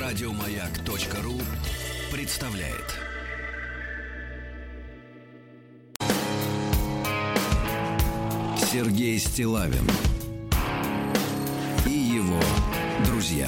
Радиомаяк.ру представляет. Сергей Стиллавин и его друзья.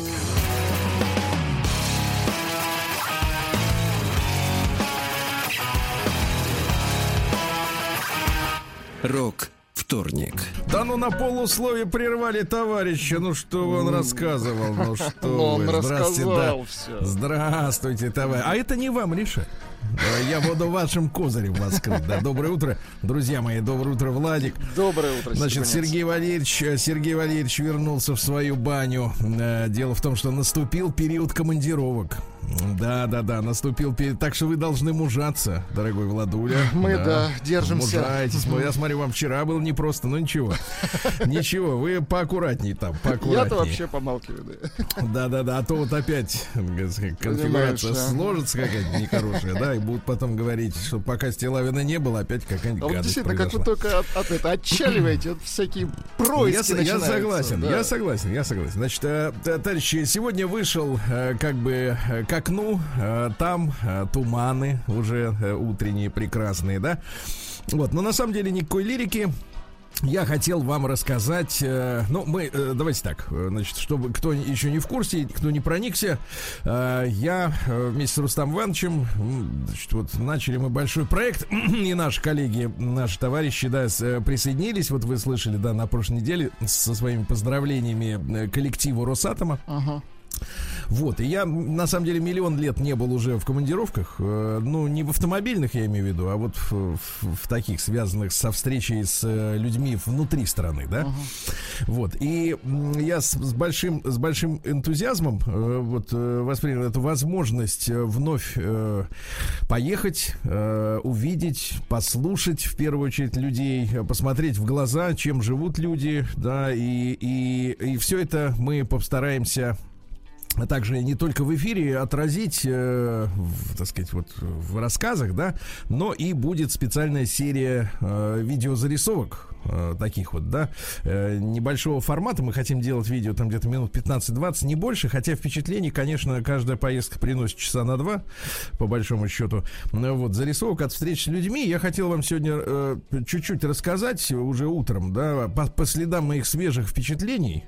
Рок-вторник. Да ну на полусловие прервали товарища. Ну что он рассказывал? Ну что он вы? Здравствуйте, рассказал все. Здравствуйте, товарищ. А это не вам решать. Я буду вашим козырем вас крыть. Да, доброе утро, друзья мои. Доброе утро, Владик. Доброе утро, Значит, Сергей Валерьевич вернулся в свою баню. Дело в том, что наступил период командировок. Да, наступил период. Так что вы должны мужаться, дорогой Владуля. Мы, держимся. Мужайтесь. Я смотрю, вам вчера было непросто, но ничего. Ничего, вы поаккуратней там, поаккуратней. Я-то вообще помалкиваю, да. А то вот опять конфигурация сложится какая-то нехорошая, да, и будут потом говорить, что пока Стиллавина не было, опять какая-нибудь гадость действительно, произошла. как вы только отчаливаете вот всякие происки начинаются. Я согласен. Значит, товарищи, сегодня вышел как бы к окну, там туманы уже утренние прекрасные, да. Вот, но на самом деле никакой лирики. Я хотел вам рассказать, давайте так, значит, чтобы кто еще не в курсе, кто не проникся, я вместе с Рустамом Ивановичем, значит, вот начали мы большой проект, и наши коллеги, наши товарищи, присоединились, вот вы слышали, на прошлой неделе со своими поздравлениями коллективу Росатома. Вот, и я, на самом деле, миллион лет не был уже в командировках, не в автомобильных, я имею в виду, а вот в таких, связанных со встречей с людьми внутри страны, да. Вот, и я с большим энтузиазмом воспринял эту возможность вновь поехать, увидеть, послушать, в первую очередь, людей, посмотреть в глаза, чем живут люди, да, и все это мы постараемся также не только в эфире отразить, так сказать, вот в рассказах, да, но и будет специальная серия видеозарисовок таких вот, да, небольшого формата. Мы хотим делать видео там где-то минут 15-20, не больше, хотя впечатлений, конечно, каждая поездка приносит часа на 2, по большому счету. Вот, зарисовок от встреч с людьми. Я хотел вам сегодня чуть-чуть рассказать уже утром, да, по следам моих свежих впечатлений.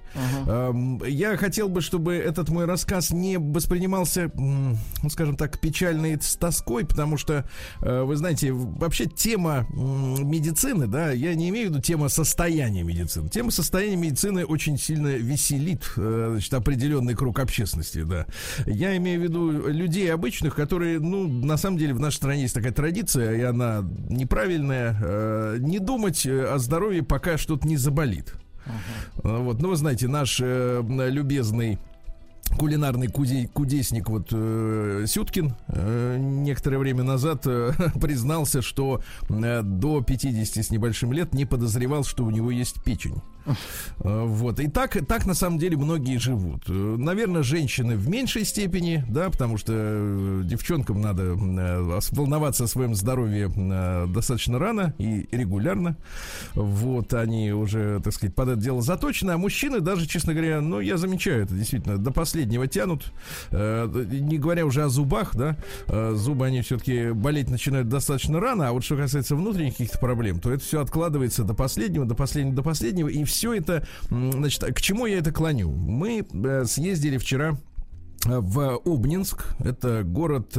Я хотел бы, чтобы этот мой рассказ не воспринимался, скажем так, печально и с тоской, потому что, вы знаете, вообще тема медицины, да, я не имею в виду тема состояния медицины. Тема состояния медицины очень сильно веселит, значит, определенный круг общественности, да. Я имею в виду людей обычных, которые, на самом деле в нашей стране есть такая традиция, и она неправильная, не думать о здоровье, пока что-то не заболит. Вот, вы знаете, наш любезный кулинарный кудесник Сюткин некоторое время назад признался, что до 50 с небольшим лет не подозревал, что у него есть печень. Вот. И так на самом деле многие живут. Наверное, женщины в меньшей степени, да, потому что девчонкам надо волноваться о своем здоровье достаточно рано и регулярно. Вот, они уже, так сказать, под это дело заточены. А мужчины даже, честно говоря, я замечаю это действительно, до последнего тянут. Не говоря уже о зубах, да. Зубы, они все-таки болеть начинают достаточно рано. А вот что касается внутренних каких-то проблем, то это все откладывается до последнего. И все это, значит, к чему я это клоню? Мы съездили вчера в Обнинск. Это город,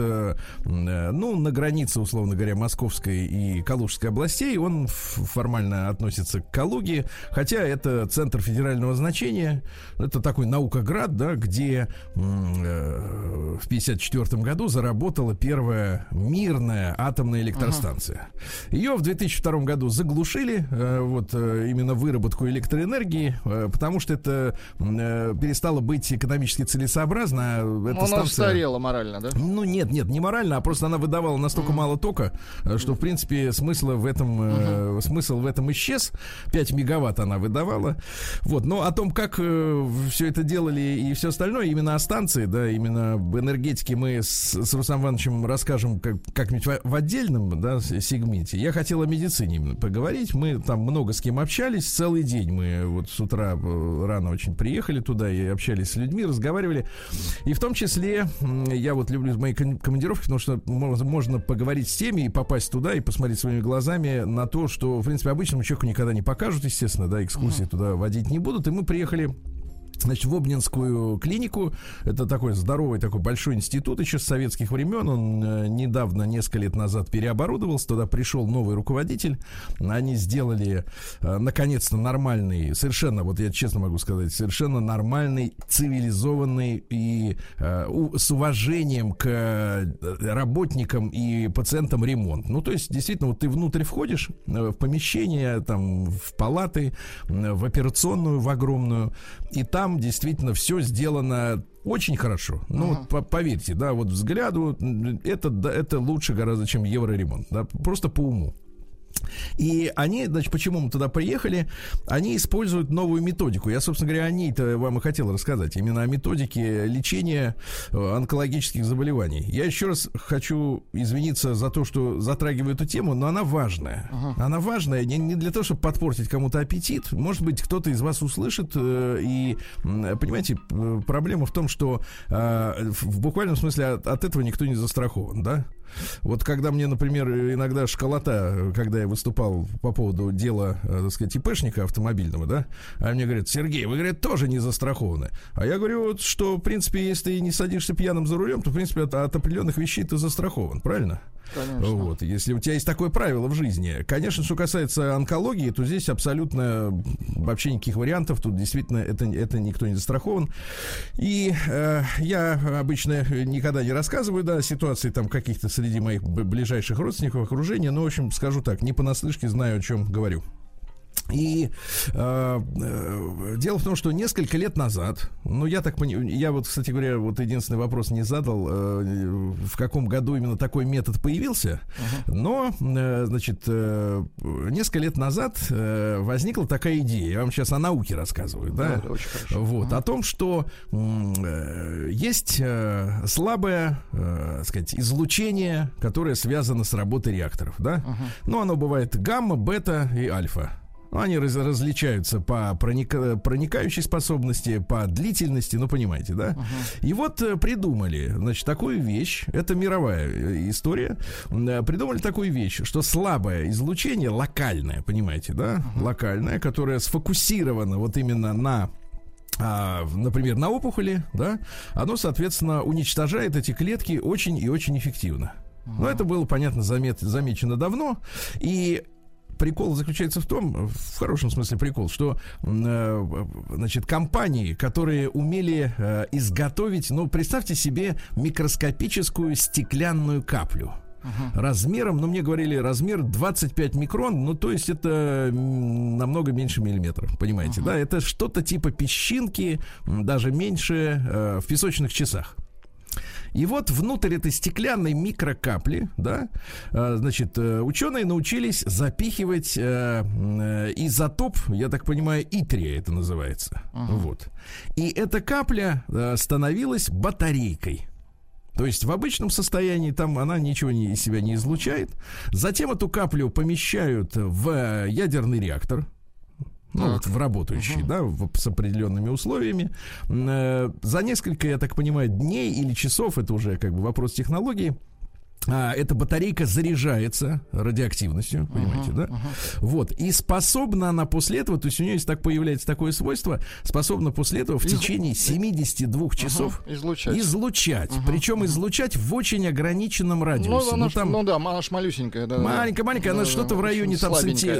на границе, условно говоря, Московской и Калужской областей. Он формально относится к Калуге, хотя это центр федерального значения. Это такой наукоград, да, где в 1954 году заработала первая мирная атомная электростанция. Ее в 2002 году заглушили, именно выработку электроэнергии, потому что это перестало быть экономически целесообразно. Она устарела морально, да? Нет, не морально, а просто она выдавала настолько мало тока, что, в принципе, смысл в этом исчез. 5 мегаватт она выдавала. Вот. Но о том, как все это делали и все остальное, именно о станции, да, именно об энергетике мы с Рустамом Ивановичем расскажем как-нибудь в отдельном, да, сегменте. Я хотел о медицине именно поговорить. Мы там много с кем общались. Целый день мы с утра рано очень приехали туда и общались с людьми, разговаривали. И в том числе я вот люблю мои командировки, потому что можно поговорить с теми и попасть туда и посмотреть своими глазами на то, что, в принципе, обычному человеку никогда не покажут, естественно, да, экскурсии туда водить не будут. И мы приехали, значит, в Обнинскую клинику. Это такой здоровый, такой большой институт еще с советских времен. Он недавно, несколько лет назад переоборудовался. Туда пришел новый руководитель. Они сделали, наконец-то, нормальный, совершенно, вот я честно могу сказать, совершенно нормальный, цивилизованный и с уважением к работникам и пациентам ремонт. Ну, то есть, действительно, вот ты внутрь входишь в помещение, там, в палаты, в операционную, в огромную, и там действительно все сделано очень хорошо. Ну, вот поверьте, да, вот взгляду это лучше гораздо, чем евроремонт, да, просто по уму. И они, значит, почему мы туда приехали, они используют новую методику. Я, собственно говоря, о ней-то вам и хотел рассказать. Именно о методике лечения онкологических заболеваний. Я еще раз хочу извиниться за то, что затрагиваю эту тему, но она важная. Она важная не для того, чтобы подпортить кому-то аппетит. Может быть, кто-то из вас услышит. И, понимаете, проблема в том, что в буквальном смысле от этого никто не застрахован, да? Вот когда мне, например, иногда школота, когда я выступал по поводу дела, так сказать, ИПшника автомобильного, да, они мне говорят: Сергей, вы, говорят, тоже не застрахованы. А я говорю, вот, что, в принципе, если ты не садишься пьяным за рулем, то, в принципе, от определенных вещей ты застрахован, правильно? Конечно. Вот, если у тебя есть такое правило в жизни. Конечно, что касается онкологии, то здесь абсолютно вообще никаких вариантов. Тут действительно это никто не застрахован. И я обычно никогда не рассказываю, да, о ситуации там каких-то среди моих ближайших родственников, окружения. Но, в общем, скажу так, не понаслышке знаю, о чем говорю. И дело в том, что несколько лет назад, ну, я так понимаю, я вот, кстати говоря, вот единственный вопрос не задал, в каком году именно такой метод появился, но, значит, несколько лет назад возникла такая идея, я вам сейчас о науке рассказываю, да, это очень хорошо. Вот, о том, что есть слабое, так сказать, излучение, которое связано с работой реакторов, да, ну, оно бывает гамма, бета и альфа. Они различаются по проникающей способности, по длительности, ну, понимаете, да? И вот придумали, значит, такую вещь, это мировая история, придумали такую вещь, что слабое излучение, локальное, понимаете, да? Локальное, которое сфокусировано вот именно на, например, на опухоли, да? Оно, соответственно, уничтожает эти клетки очень и очень эффективно. Но это было, понятно, замечено давно, и прикол заключается в том, в хорошем смысле прикол, что, значит, компании, которые умели изготовить, ну, представьте себе микроскопическую стеклянную каплю. Размером, ну, мне говорили, размер 25 микрон, ну, то есть это намного меньше миллиметра, понимаете, да? Это что-то типа песчинки, даже меньше, в песочных часах. И вот внутрь этой стеклянной микрокапли, да, значит, ученые научились запихивать изотоп, я так понимаю, итрия это называется. Вот. И эта капля становилась батарейкой. То есть в обычном состоянии там она ничего из себя не излучает. Затем эту каплю помещают в ядерный реактор. Ну, вот в работающий, да, с определенными условиями. За несколько, я так понимаю, дней или часов, это уже как бы вопрос технологии, эта батарейка заряжается радиоактивностью, понимаете, да? Вот. И способна она после этого, то есть у нее появляется такое свойство, способна после этого в течение 72 часов излучать. Причем излучать в очень ограниченном радиусе. Ну, да, она ж малюсенькая. Да, маленькая, она что-то в районе там,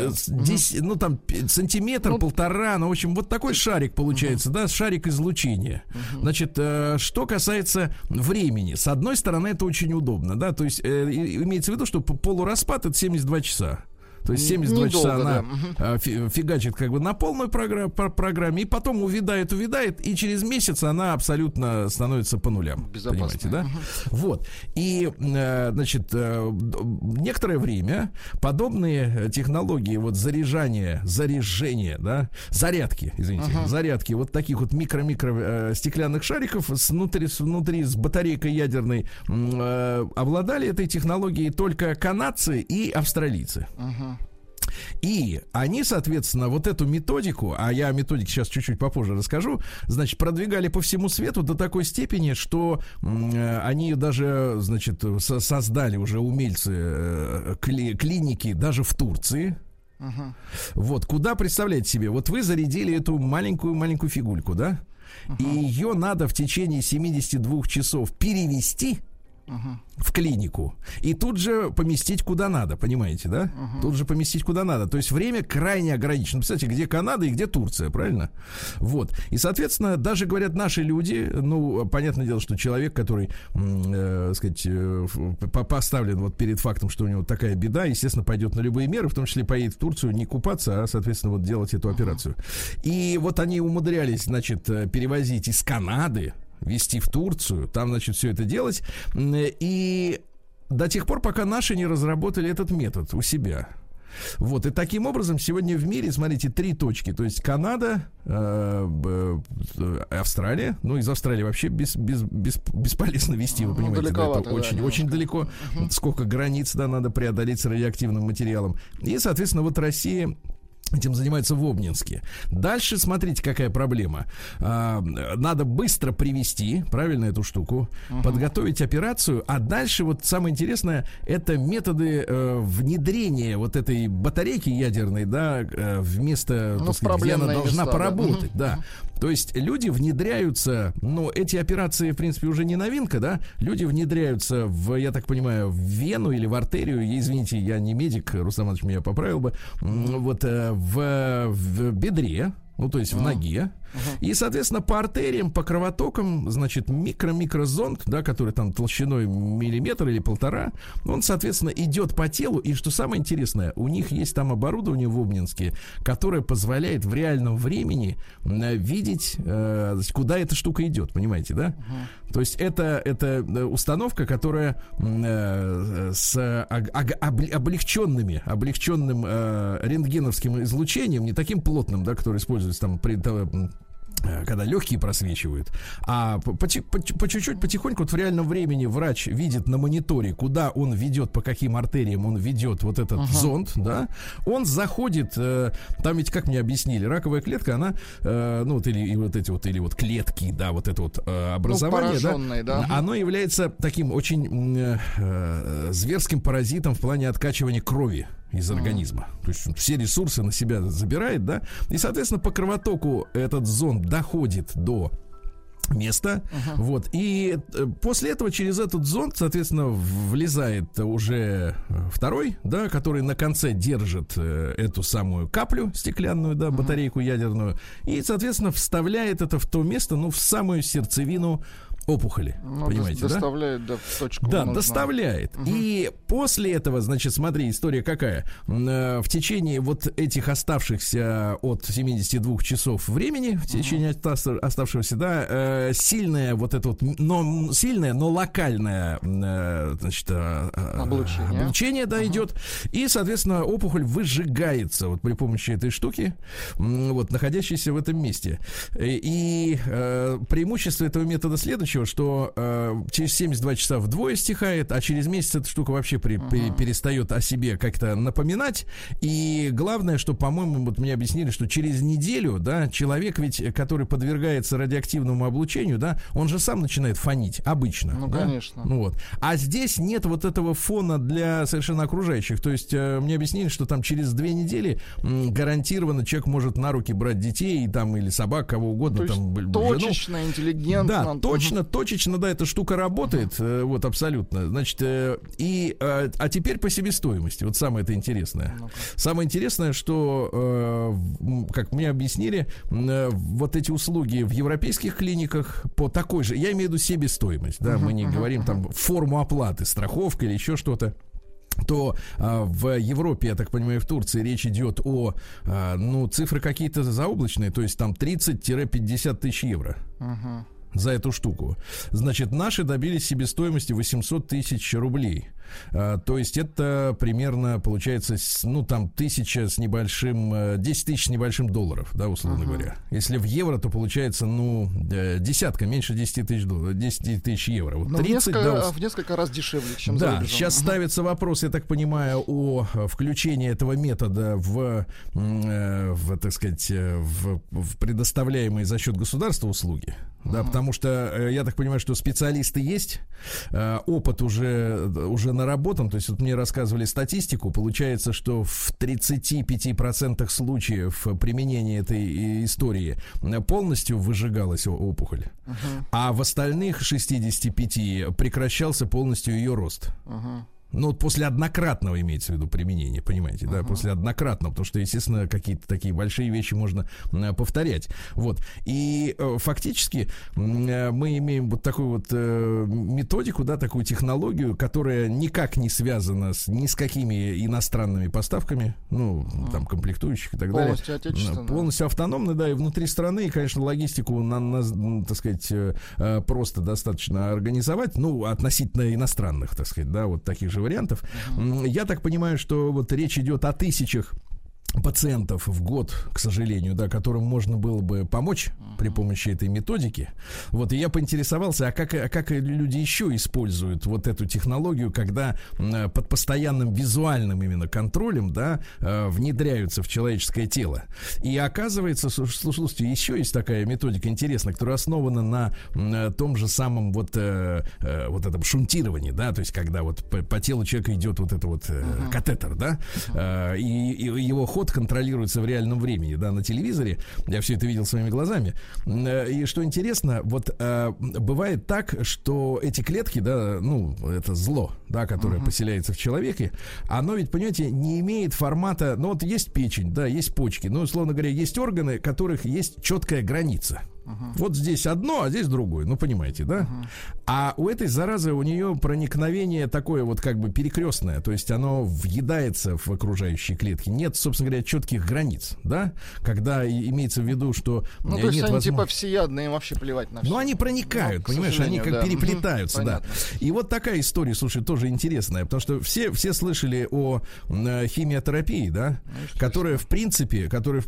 сантиметр, полтора, ну, в общем, вот такой шарик получается, да, шарик излучения. Значит, что касается времени, с одной стороны, это очень удобно, да, то есть имеется в виду, что полураспад — это 72 часа. То есть 72 часа она фигачит как бы на полной программе, и потом увядает, и через месяц она абсолютно становится по нулям. Понимаете, да? Вот. И, значит, некоторое время подобные технологии вот заряжения, да, зарядки вот таких вот микро стеклянных шариков внутри с батарейкой ядерной обладали этой технологией только канадцы и австралийцы. И они, соответственно, вот эту методику, а я о методике сейчас чуть-чуть попозже расскажу, значит, продвигали по всему свету до такой степени, что они даже, значит, создали уже умельцы клиники даже в Турции. Вот, куда, представляете себе, вот вы зарядили эту маленькую фигульку, да? И ее надо в течение 72 часов перевести в клинику и тут же поместить куда надо, понимаете, да? Тут же поместить куда надо. То есть время крайне ограничено. Представляете, где Канада и где Турция, правильно? Вот. И, соответственно, даже, говорят, наши люди, ну, понятное дело, что человек, который, сказать, поставлен вот перед фактом, что у него такая беда, естественно, пойдет на любые меры, в том числе поедет в Турцию не купаться, а, соответственно, вот делать эту операцию. И вот они умудрялись, значит, перевозить из Канады, везти в Турцию, там, значит, все это делать. И до тех пор, пока наши не разработали этот метод у себя. Вот, и таким образом сегодня в мире, смотрите, 3 точки. То есть Канада, Австралия. Ну, из Австралии вообще бесполезно везти, вы понимаете. Да, это очень далеко. Сколько границ, да, надо преодолеть с радиоактивным материалом. И, соответственно, вот Россия этим занимается в Обнинске. Дальше, смотрите, какая проблема. Надо быстро привести, правильно, эту штуку, подготовить операцию, а дальше вот самое интересное, это методы внедрения вот этой батарейки ядерной, да, вместо, так сказать, где она должна поработать, да. То есть люди внедряются, ну, эти операции, в принципе, уже не новинка, да, люди внедряются в, я так понимаю, в вену или в артерию, извините, я не медик, Рустам Иванович меня поправил бы, вот в бедре, ну, то есть в ноге. И, соответственно, по артериям, по кровотокам, значит, микрозонд, да, который там толщиной миллиметр или 1,5, он, соответственно, идет по телу. И что самое интересное, у них есть там оборудование в Обнинске, которое позволяет в реальном времени видеть, куда эта штука идет, понимаете, да? То есть это установка, которая с облегченным рентгеновским излучением, не таким плотным, да, который используется там при когда легкие просвечивают, а по чуть-чуть, потихоньку, вот в реальном времени врач видит на мониторе, куда он ведет, по каким артериям он ведет вот этот зонд, да, он заходит, там ведь, как мне объяснили, раковая клетка, она, ну, вот, или вот эти вот, или вот клетки, да, вот это вот образование, да, оно является таким очень зверским паразитом в плане откачивания крови из организма. То есть все ресурсы на себя забирает, да, и, соответственно, по кровотоку этот зонд доходит до места, вот, и после этого через этот зонд, соответственно, влезает уже второй, да, который на конце держит эту самую каплю стеклянную, да, батарейку ядерную, и, соответственно, вставляет это в то место, ну, в самую сердцевину опухоли, понимаете, доставляет, да, в точку. Да, доставляет. И после этого, значит, смотри, история какая. В течение вот этих оставшихся от 72 часов времени, в течение оставшегося, да, сильное вот это вот, но сильное, но локальное, значит, облучение, да, идет. И, соответственно, опухоль выжигается вот при помощи этой штуки, вот, находящейся в этом месте. И преимущество этого метода следующее, что через 72 часа вдвое стихает, а через месяц эта штука вообще перестает о себе как-то напоминать. И главное, что, по-моему, вот мне объяснили, что через неделю, да, человек ведь, который подвергается радиоактивному облучению, да, он же сам начинает фонить обычно. Ну, да? конечно. Ну, вот. А здесь нет вот этого фона для совершенно окружающих. То есть мне объяснили, что там через 2 недели гарантированно человек может на руки брать детей там, или собак, кого угодно. То там, есть точечно, интеллигентно. Да, точечно, да, эта штука работает, вот, абсолютно. Значит, а теперь по себестоимости. Вот самое это интересное. Самое интересное, что, как мне объяснили, вот эти услуги в европейских клиниках по такой же, я имею в виду себестоимость, да, мы не говорим там форму оплаты, страховка или еще что-то, то в Европе, я так понимаю, в Турции речь идет о, ну, цифры какие-то заоблачные, то есть там 30-50 тысяч евро. За эту штуку. Значит, наши добились себестоимости 800 тысяч рублей. То есть это примерно получается, ну, там 10 с небольшим, 10 тысяч с небольшим долларов, да, условно говоря. Если в евро, то получается, ну, десятка, меньше 10 тысяч долларов, 10 тысяч евро. Вот 30, в несколько раз дешевле, чем за рубежом. Сейчас ставится вопрос, я так понимаю, о включении этого метода в так сказать, в предоставляемые за счет государства услуги. Да, потому что я так понимаю, что специалисты есть, опыт уже наработан. То есть вот мне рассказывали статистику. Получается, что в 35% случаев применения этой истории полностью выжигалась опухоль, а в остальных 65% прекращался полностью ее рост. Ну, вот после однократного имеется в виду применения, понимаете, да, после однократного, потому что, естественно, какие-то такие большие вещи можно повторять. Вот. И фактически мы имеем вот такую вот методику, да, такую технологию, которая никак не связана ни с какими иностранными поставками, ну, там, комплектующих и так далее. Полностью отечественная. Полностью автономно, да, и внутри страны, и, конечно, логистику, так сказать, просто достаточно организовать, ну, относительно иностранных, так сказать, да, вот таких же вариантов. Я так понимаю, что вот речь идет о тысячах пациентов в год, к сожалению, да, которым можно было бы помочь при помощи этой методики. Вот, и я поинтересовался, а как люди еще используют вот эту технологию, когда под постоянным визуальным именно контролем, да, внедряются в человеческое тело. И оказывается, слушайте, еще есть такая методика интересная, которая основана на том же самом вот этом шунтировании, да, то есть когда вот по телу человека идет вот это вот катетер, да, и его ход контролируется в реальном времени, да, на телевизоре. Я все это видел своими глазами. И что интересно, вот бывает так, что эти клетки, да, ну, это зло, да, которое поселяется в человеке, оно ведь, понимаете, не имеет формата, ну, вот есть печень, да, есть почки, ну, условно говоря, есть органы, у которых есть четкая граница. Вот здесь одно, а здесь другое. Ну, понимаете, да? А у этой заразы, у нее проникновение такое вот как бы перекрестное. То есть оно въедается в окружающие клетки. Нет, собственно говоря, четких границ, да? Когда имеется в виду, что ну, то есть они типа всеядные, им вообще плевать на все. Ну, они проникают, понимаешь, они как переплетаются, да. И вот такая история, слушай, тоже интересная. Потому что все слышали о химиотерапии, да? Которая, в принципе,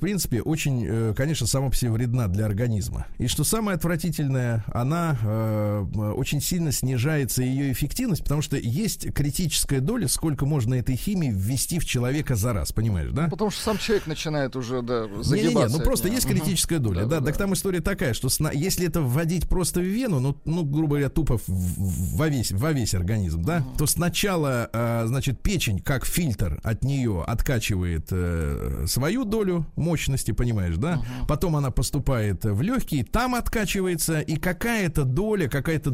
очень, конечно, сама по себе вредна для организма. И что самое отвратительное, она очень сильно снижается ее эффективность, потому что есть критическая доля, сколько можно этой химии ввести в человека за раз, понимаешь, да? Потому что сам человек начинает уже, да, загибаться. Ну просто есть критическая доля, да. Так там история такая, что если это вводить просто в вену, ну грубо говоря, тупо во весь организм, да, то сначала, значит, печень, как фильтр от нее откачивает свою долю мощности, понимаешь, да? Потом она поступает в легкие, там откачивается, и какая-то доля,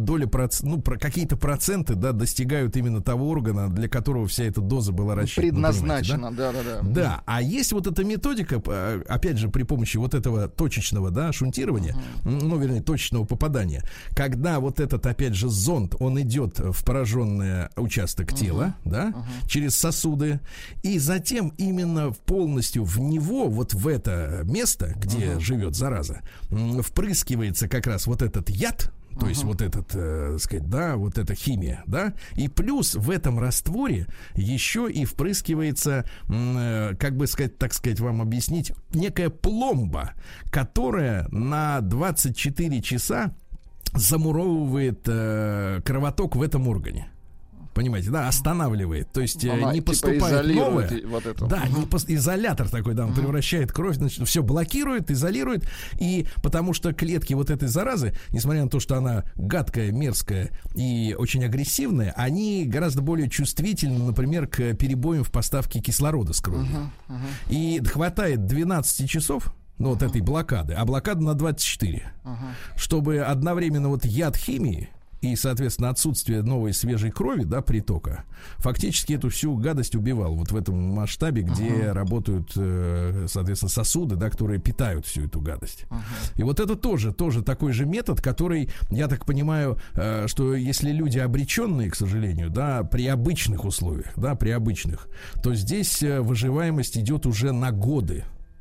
какие-то проценты, да, достигают именно того органа, для которого вся эта доза была рассчитана. Предназначена, да? Да, а есть вот эта методика, опять же, при помощи вот этого точечного, да, шунтирования, ну, вернее, точечного попадания, когда вот этот, опять же, зонд, он идет в пораженный участок тела, да, через сосуды, и затем именно полностью в него, вот в это место, где живет зараза, впрыскивается как раз вот этот яд, то есть вот этот, сказать, да, вот эта химия, да, и плюс в этом растворе еще и впрыскивается, как бы сказать, так сказать, вам объяснить, некая пломба, которая на 24 часа замуровывает кровоток в этом органе. Понимаете, да, останавливает. То есть не поступает новое. Вот это. Да, изолятор такой, да, он превращает кровь, значит, все блокирует, изолирует. И потому что клетки вот этой заразы, несмотря на то, что она гадкая, мерзкая и очень агрессивная, они гораздо более чувствительны, например, к перебоям в поставке кислорода с кровью. И хватает 12 часов, ну, вот этой блокады, а блокада на 24, чтобы одновременно вот яд химии и, соответственно, отсутствие новой свежей крови, да, притока, фактически эту всю гадость убивал вот в этом масштабе, где работают, соответственно, сосуды, да, которые питают всю эту гадость. И вот это тоже такой же метод, который, я так понимаю, что если люди обреченные, к сожалению, да, при обычных условиях, да, то здесь выживаемость идет уже на годы.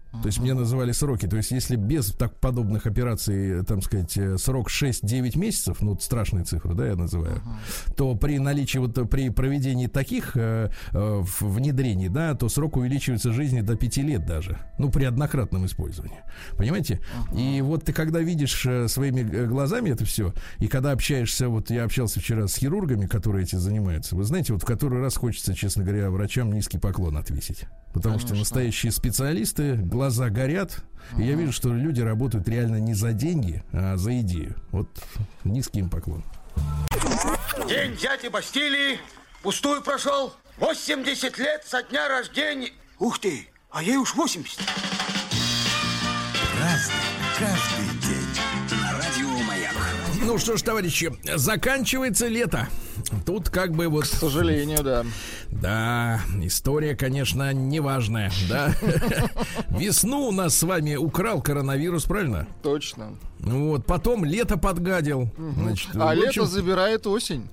То есть мне называли сроки. То есть если без так подобных операций, там сказать, срок 6-9 месяцев, ну, страшные цифры, да, я называю, то при наличии, вот при проведении таких внедрений, да, то срок увеличивается жизни до 5 лет даже. Ну, при однократном использовании. Понимаете? И вот ты когда видишь своими глазами это все, и когда общаешься, вот я общался вчера с хирургами, которые этим занимаются, вы знаете, вот в который раз хочется, честно говоря, врачам низкий поклон отвесить. Потому что настоящие специалисты, глаза горят, и я вижу, что люди работают реально не за деньги, а за идею. Вот низкий им поклон. День дяди Бастилии пустую прошел. 80 лет со дня рождения. Ух ты, а ей уж 80. Разный, каждый день. На радио Маяк. Ну что ж, товарищи, заканчивается лето. Тут как бы вот... К сожалению, да. Да, история, конечно, неважная, да. Весну у нас с вами украл коронавирус, правильно? Точно. Вот, потом лето подгадил. Значит, а лето забирает осень.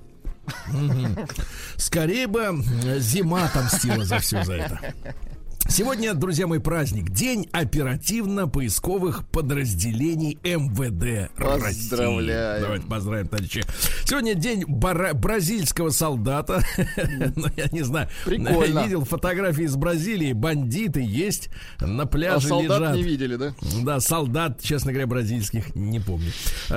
Скорее бы зима отомстила за все за это. Сегодня, друзья мои, праздник. День оперативно-поисковых подразделений МВД России. Поздравляем. Давайте поздравим, товарищи. Сегодня день бразильского солдата. Ну, я не знаю. Прикольно. Видел фотографии из Бразилии. Бандиты есть. На пляже лежат. А солдат не видели, да? Да, солдат, честно говоря, бразильских не помню.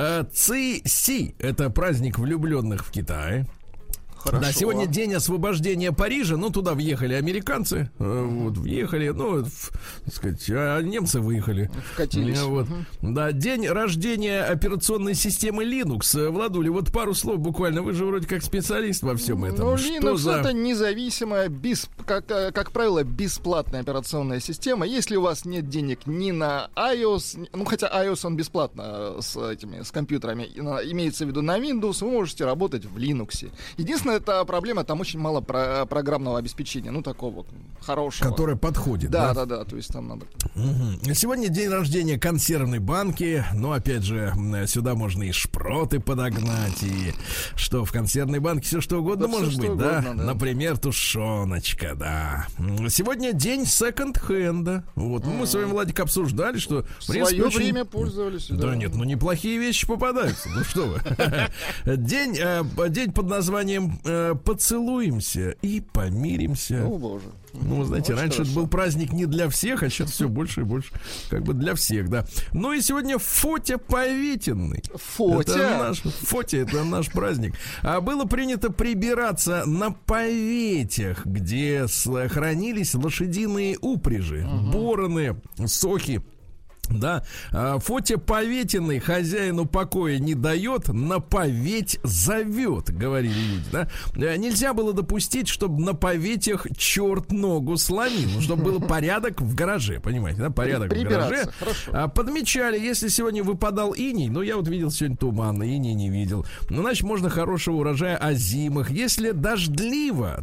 Ци-Си. Это праздник влюбленных в Китае. Хорошо. Да, сегодня день освобождения Парижа. Ну, туда въехали американцы. Вот, въехали, ну, так сказать, а немцы выехали. Вкатились. Вот. Да, день рождения операционной системы Linux. Владуля, вот пару слов буквально. Вы же вроде как специалист во всем этом. Ну, Linux это независимая, как правило, бесплатная операционная система. Если у вас нет денег ни на iOS, ну, хотя iOS он бесплатно с компьютерами, имеется в виду на Windows, вы можете работать в Linux. Единственное, это проблема, там очень мало программного обеспечения, ну, такого хорошего. Которое подходит, да? Да, то есть там надо... Сегодня день рождения консервной банки. Ну, опять же, сюда можно и шпроты подогнать, и что в консервной банке все что угодно да, может быть, угодно, да? да? Например, тушеночка, да. Сегодня день секонд-хенда. Вот, мы с вами, Владик, обсуждали, что... В свое время пользовались. Да нет, ну неплохие вещи попадаются. Ну что вы. День под названием «Поцелуемся и помиримся». О, боже. Ну, знаете, вот раньше это был праздник не для всех, а сейчас все больше и больше как бы для всех, да. Ну и сегодня Фотя Поветенный. Фотя? Фотя, это наш праздник. А было принято прибираться на поветях, где хранились лошадиные упряжи, бороны, сохи. Да, Фотя Поветенный хозяину покоя не дает, на поветь зовет, говорили люди, да. Нельзя было допустить, чтобы на поветях черт ногу сломил, чтобы был порядок в гараже, понимаете, да, порядок в гараже. Подмечали, если сегодня выпадал иней, ну, я вот видел сегодня туман, иней не видел, ну, значит, можно хорошего урожая озимых. Если дождливо,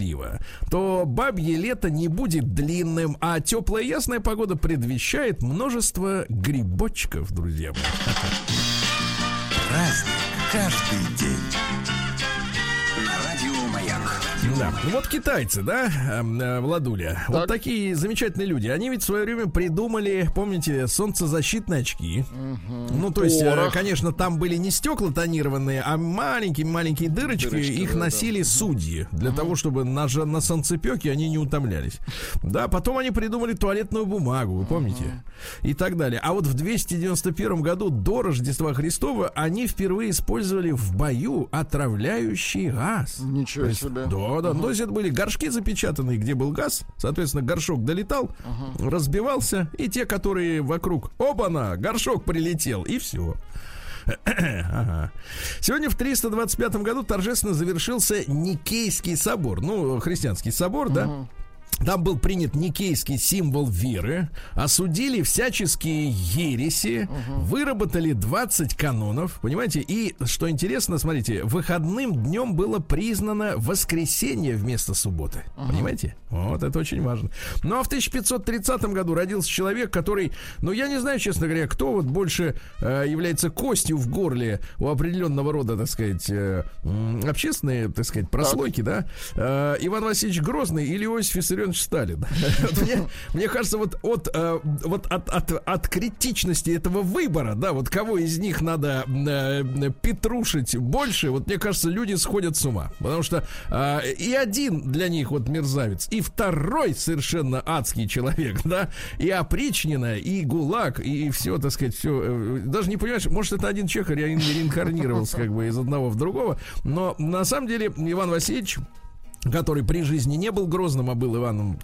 то бабье лето не будет длинным, а теплая ясная погода предвещает множество грибочков, друзья мои. Праздник каждый день. На радио Маяк. Да, вот китайцы, да, Владуля, так. Вот такие замечательные люди. Они ведь в свое время придумали, помните, солнцезащитные очки. Ну, то есть, конечно, там были не стекла тонированные, а маленькие дырочки. Их носили судьи для того, чтобы на солнцепеке они не утомлялись. Да, потом они придумали туалетную бумагу, вы помните? И так далее. А вот в 291 году до Рождества Христова они впервые использовали в бою отравляющий газ. Ничего себе. Да. То есть это были горшки запечатанные, где был газ. Соответственно, горшок долетал, разбивался, и те, которые вокруг, оба-на, горшок прилетел, и все. Сегодня в 325 году торжественно завершился Никейский собор. Ну, христианский собор, да? Там был принят никейский символ веры, осудили всяческие ереси, выработали 20 канонов, понимаете? И, что интересно, смотрите, выходным днем было признано воскресенье вместо субботы, понимаете? Вот, это очень важно. Ну, а в 1530 году родился человек, который, ну, я не знаю, честно говоря, кто вот больше является костью в горле у определенного рода, так сказать, общественные, так сказать, прослойки, да? Иван Васильевич Грозный или Иосиф Виссарионович Виссарионович Сталин. Мне кажется, вот от критичности этого выбора, да, вот кого из них надо петрушить больше, вот мне кажется, люди сходят с ума. Потому что и один для них вот мерзавец, и второй совершенно адский человек, да, и опричнина, и ГУЛАГ, и все, так сказать, все. Даже не понимаешь, может, это один человек реинкарнировался как бы из одного в другого, но на самом деле Иван Васильевич, который при жизни не был Грозным, а был Иваном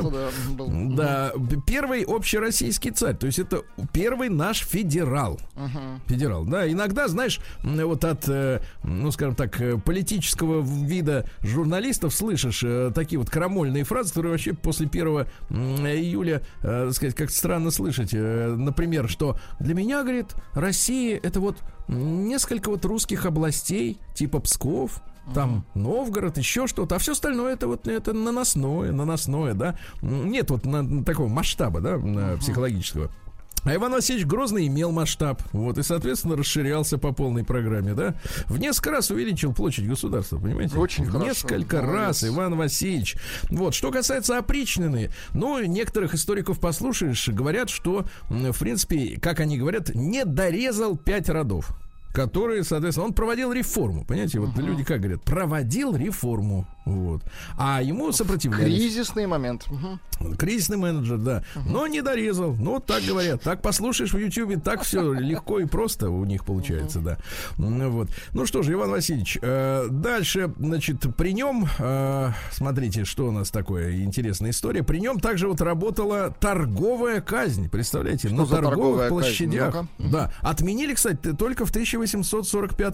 IV. Да, первый общероссийский царь. То есть это первый наш федерал. Федерал, да. Иногда, знаешь, вот от, ну, скажем так, политического вида журналистов слышишь такие вот крамольные фразы, которые вообще после 1 июля, так сказать, как-то странно слышать. Например, что для меня, говорит, Россия — это вот несколько вот русских областей, типа Псков, там Новгород, еще что-то, а все остальное это наносное, да. Нет вот такого масштаба, да, психологического. А Иван Васильевич Грозный имел масштаб, вот, и, соответственно, расширялся по полной программе, да. В несколько раз увеличил площадь государства, понимаете? Очень в хорошо. Несколько раз Иван Васильевич. Вот, что касается опричнины, ну, некоторых историков послушаешь, говорят, что, в принципе, как они говорят, не дорезал 5 родов, которые, соответственно, он проводил реформу, понимаете, вот люди как говорят, проводил реформу, вот, а ему сопротивлялись. Кризисный момент. Кризисный менеджер, да, но не дорезал, ну, вот так говорят, так послушаешь в Ютьюбе, так все легко и просто у них получается, да, вот. Ну что же, Иван Васильевич, дальше, значит, при нем, смотрите, что у нас такое интересная история, при нем также вот работала торговая казнь, представляете, на торговых площадях, да, отменили, кстати, только в 1845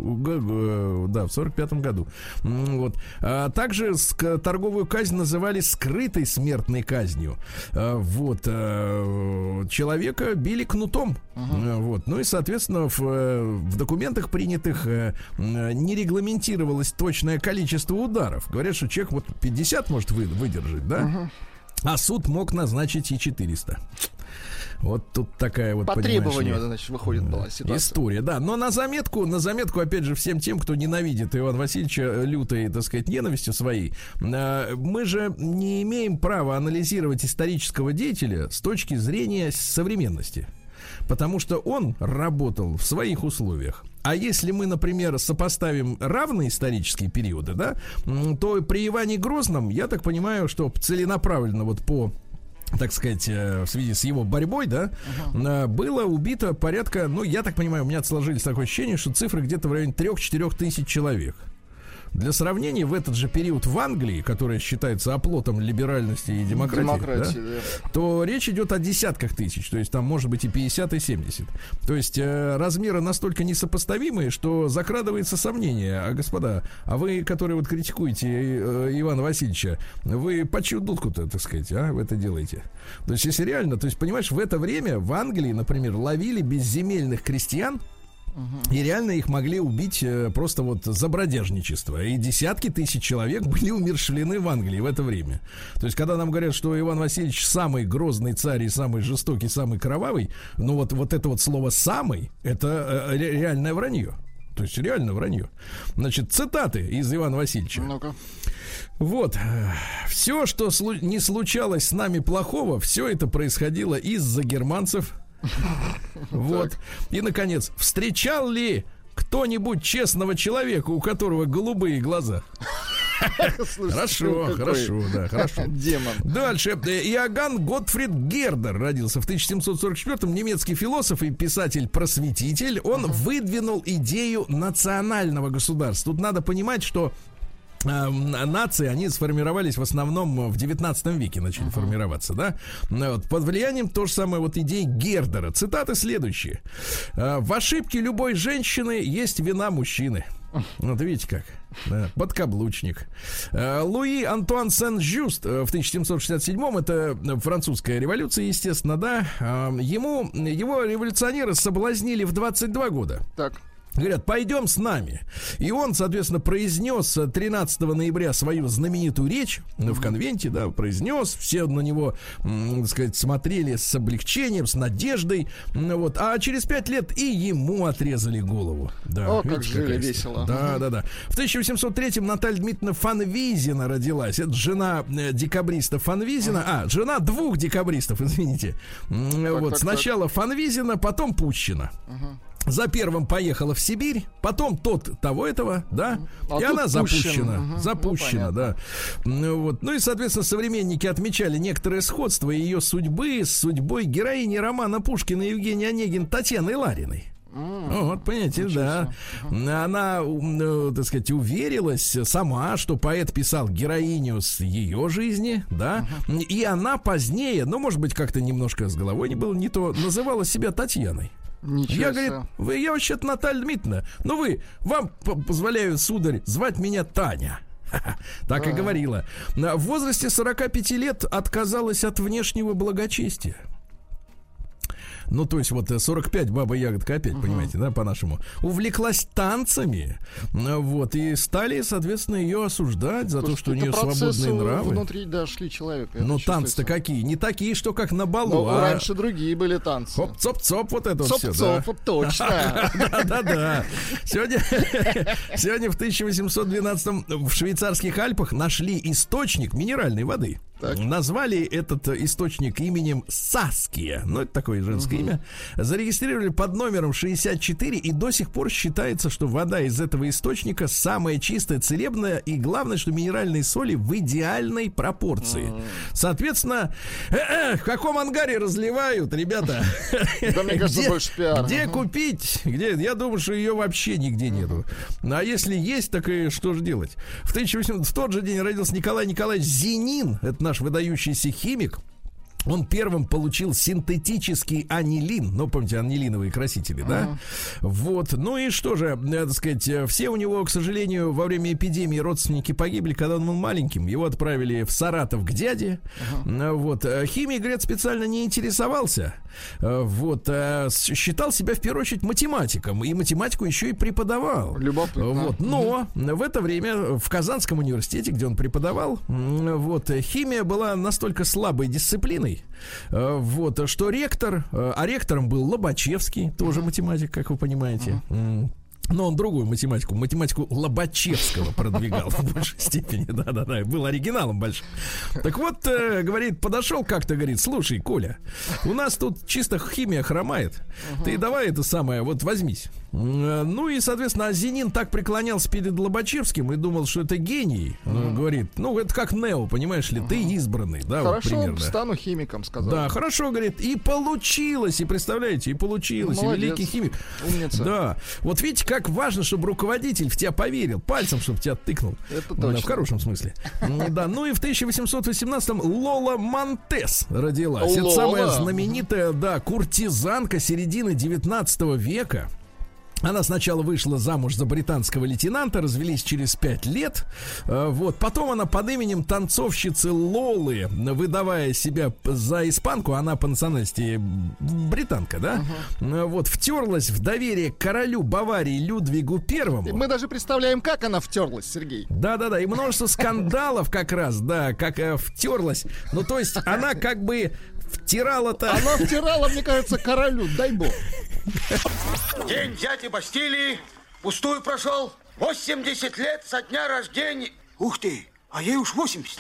году. Да, в 45 году. Вот. Также торговую казнь называли скрытой смертной казнью. Вот. Человека били кнутом. Вот. Ну и, соответственно, в документах принятых не регламентировалось точное количество ударов. Говорят, что человек вот 50 может выдержать, да? А суд мог назначить и 400. Вот тут такая вот, по требованию, значит, выходит была ситуация. История, да. Но на заметку, опять же, всем тем, кто ненавидит Ивана Васильевича лютой, так сказать, ненавистью своей, мы же не имеем права анализировать исторического деятеля с точки зрения современности. Потому что он работал в своих условиях. А если мы, например, сопоставим равные исторические периоды, да, то при Иване Грозном, я так понимаю, что целенаправленно вот по, так сказать, в связи с его борьбой, да, было убито порядка, ну, я так понимаю, у меня сложились такое ощущение, что цифры где-то в районе 3-4 тысяч человек. Для сравнения, в этот же период в Англии, которая считается оплотом либеральности и демократии, да, то речь идет о десятках тысяч. То есть там может быть и 50, и 70. То есть размеры настолько несопоставимые, что закрадывается сомнение. А, господа, а вы, которые вот критикуете Ивана Васильевича, вы по чью дудку-то, так сказать, вы это делаете? То есть если реально, то есть, понимаешь, в это время в Англии, например, ловили безземельных крестьян, и реально их могли убить просто вот за бродяжничество. И десятки тысяч человек были умерщвлены в Англии в это время. То есть, когда нам говорят, что Иван Васильевич самый грозный царь и самый жестокий, самый кровавый, ну вот это вот слово «самый» — это реальное вранье. То есть, реально вранье. Значит, цитаты из Ивана Васильевича. Ну-ка. Вот. Все, что не случалось с нами плохого, все это происходило из-за германцев. Вот. И, наконец, встречал ли кто-нибудь честного человека, у которого голубые глаза? Хорошо, да, хорошо. Демон. Дальше. Иоганн Готфрид Гердер родился в 1744-м, немецкий философ и писатель-просветитель. Он выдвинул идею национального государства. Тут надо понимать, что нации, они сформировались в основном в 19 веке, начали формироваться, да? Вот, под влиянием то же самое вот идей Гердера. Цитаты следующие. В ошибке любой женщины есть вина мужчины. Вот видите как. Да, подкаблучник. Луи Антуан Сен-Жюст в 1767-м, это французская революция, естественно, да. Его революционеры соблазнили в 22 года. Так. Говорят, пойдем с нами. И он, соответственно, произнес 13 ноября свою знаменитую речь в конвенте, да, произнес. Все на него, так сказать, смотрели с облегчением, с надеждой. Вот. А через 5 лет и ему отрезали голову. Да, о, как жили весело. Да. В 1803-м Наталья Дмитриевна Фанвизина родилась. Это жена декабриста Фанвизина. Жена 2 декабристов, извините. Вот. Сначала Фанвизина, потом Пущина. За первым поехала в Сибирь, потом того-этого, да, и она запущена. Запущена, да. Вот. Ну и, соответственно, современники отмечали некоторое сходство ее судьбы с судьбой героини романа Пушкина Евгения Онегин Татьяны Лариной. Вот, понимаете, да. Она, так сказать, уверилась сама, что поэт писал героиню с ее жизни, да, и она позднее, ну, может быть, как-то немножко с головой не было, не то, называла себя Татьяной. Я, говорит, я вообще-то Наталья Дмитриевна, вам позволяю, сударь, звать меня Таня. Так и говорила. В возрасте 45 лет отказалась от внешнего благочестия. Ну, то есть, вот 45 баба ягодка опять, понимаете, да, по-нашему. Увлеклась танцами, вот, и стали, соответственно, ее осуждать за то, что у нее свободные нравы. Внутри, да, шли человека. Но танцы-то какие? Не такие, что как на балу. Но раньше другие были танцы. Хоп-цоп-цоп, вот это вот все, да. Точно. Да-да-да. Сегодня в 1812-м в швейцарских Альпах нашли источник минеральной воды. Так. Назвали этот источник именем Саския. Ну, это такое женское имя. Зарегистрировали под номером 64. И до сих пор считается, что вода из этого источника самая чистая, целебная. И главное, что минеральные соли в идеальной пропорции. Соответственно, в каком ангаре разливают, ребята? Да, мне кажется, больше пиар. Где купить? Я думаю, что ее вообще нигде нету. А если есть, так и что же делать? В тот же день родился Николай Николаевич Зенин. Это наш выдающийся химик. Он первым получил синтетический анилин. Ну, помните, анилиновые красители, да? Вот. Ну и что же, так сказать, все у него, к сожалению, во время эпидемии родственники погибли, когда он был маленьким. Его отправили в Саратов к дяде. Вот. Химией, говорят, специально не интересовался. Вот. Считал себя, в первую очередь, математиком. И математику еще и преподавал. Любопытно. Вот. Но в это время в Казанском университете, где он преподавал, вот, химия была настолько слабой дисциплиной, вот, что ректором был Лобачевский, тоже математик, как вы понимаете. Но он другую математику Лобачевского продвигал в большей степени. Да-да-да, был оригиналом большим. Так вот, говорит, подошел как-то, говорит, слушай, Коля, у нас тут чисто химия хромает. Ты давай это самое, вот возьмись. Ну и, соответственно, Зенин так преклонялся перед Лобачевским и думал, что это гений. Говорит, ну это как Нео, понимаешь ли, ты избранный, да, хорошо, вот примерно. Стану химиком, сказал. Да, хорошо, говорит, и получилось, и представляете, и получилось, и великий химик. Умница. Да, вот видите, как важно, чтобы руководитель в тебя поверил, пальцем, чтобы тебя тыкнул. Это точно. В хорошем смысле. Да, ну и в 1818-м Лола Монтес родилась. Это самая знаменитая, да, куртизанка середины 19 века. Она сначала вышла замуж за британского лейтенанта, развелись через 5 лет. Вот. Потом она под именем танцовщицы Лолы, выдавая себя за испанку, она по национальности британка, да? Вот, втерлась в доверие к королю Баварии Людвигу Первому. Мы даже представляем, как она втерлась, Сергей. Да-да-да, и множество скандалов как раз, да, как втерлась. Ну, то есть она как бы втирала-то... Она втирала, мне кажется, королю, дай бог. День дяди Бастилии пустую прошел. 80 лет со дня рождения. Ух ты, а ей уж 80.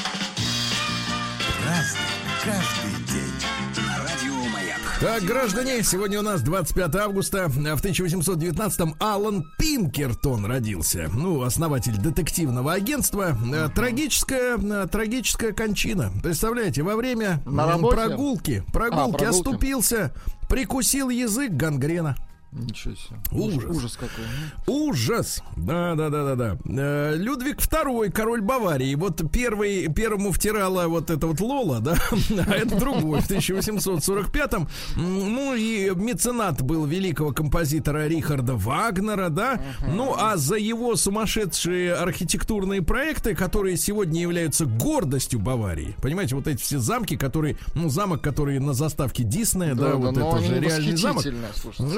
Разный, каждый день. На радио Маяк. Так, граждане, сегодня у нас 25 августа. В 1819-м Алан Пинкертон родился. Ну, основатель детективного агентства. Трагическая кончина. Представляете, во время прогулки оступился, прикусил язык, гангрена. Ничего себе. Ужас какой. Ужас. Да. Людвиг II, король Баварии. Вот первому втирала вот эта вот Лола, да, а это другой в 1845-м. Ну и меценат был великого композитора Рихарда Вагнера, да. Ну а за его сумасшедшие архитектурные проекты, которые сегодня являются гордостью Баварии. Понимаете, вот эти все замки, которые, замок, который на заставке Диснея, да, вот это же реальный замок. Это все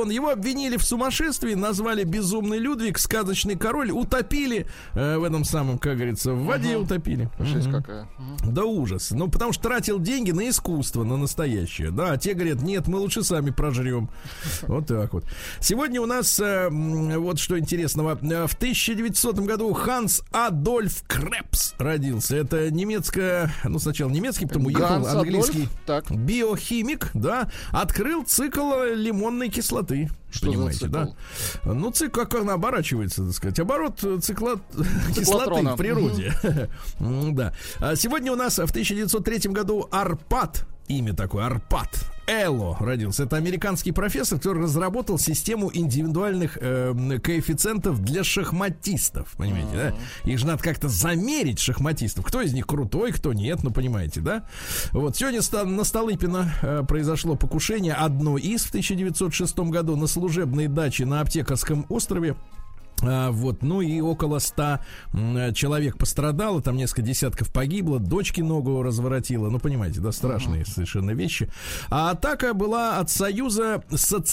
Наполеон. Его обвинили в сумасшествии, назвали безумный Людвиг, сказочный король, утопили в этом самом, как говорится, в воде утопили. Жесть какая. Да ужас. Ну, потому что тратил деньги на искусство, на настоящее. Да, а те говорят, нет, мы лучше сами прожрем. Вот так вот. Сегодня у нас, вот что интересного, в 1900 году Ханс Адольф Крепс родился. Это немецкая, ну, сначала немецкий, потом уехал, английский биохимик, да, открыл цикл лимонной кислоты. Что понимаете, да? Ну, цикл, как она оборачивается, так сказать. Оборот кислоты в природе. Да. Сегодня у нас в 1903 году Арпад, имя такое, Арпад Эло родился. Это американский профессор, который разработал систему индивидуальных коэффициентов для шахматистов. Понимаете, да? Их же надо как-то замерить, шахматистов. Кто из них крутой, кто нет, ну, понимаете, да? Вот. Сегодня на Столыпино произошло покушение, одно из в 1906 году на служебной даче на Аптекарском острове. Вот, ну и около 100 человек пострадало, там несколько десятков погибло, дочки ногу разворотило, ну, понимаете, да, страшные совершенно вещи. А атака была от Союза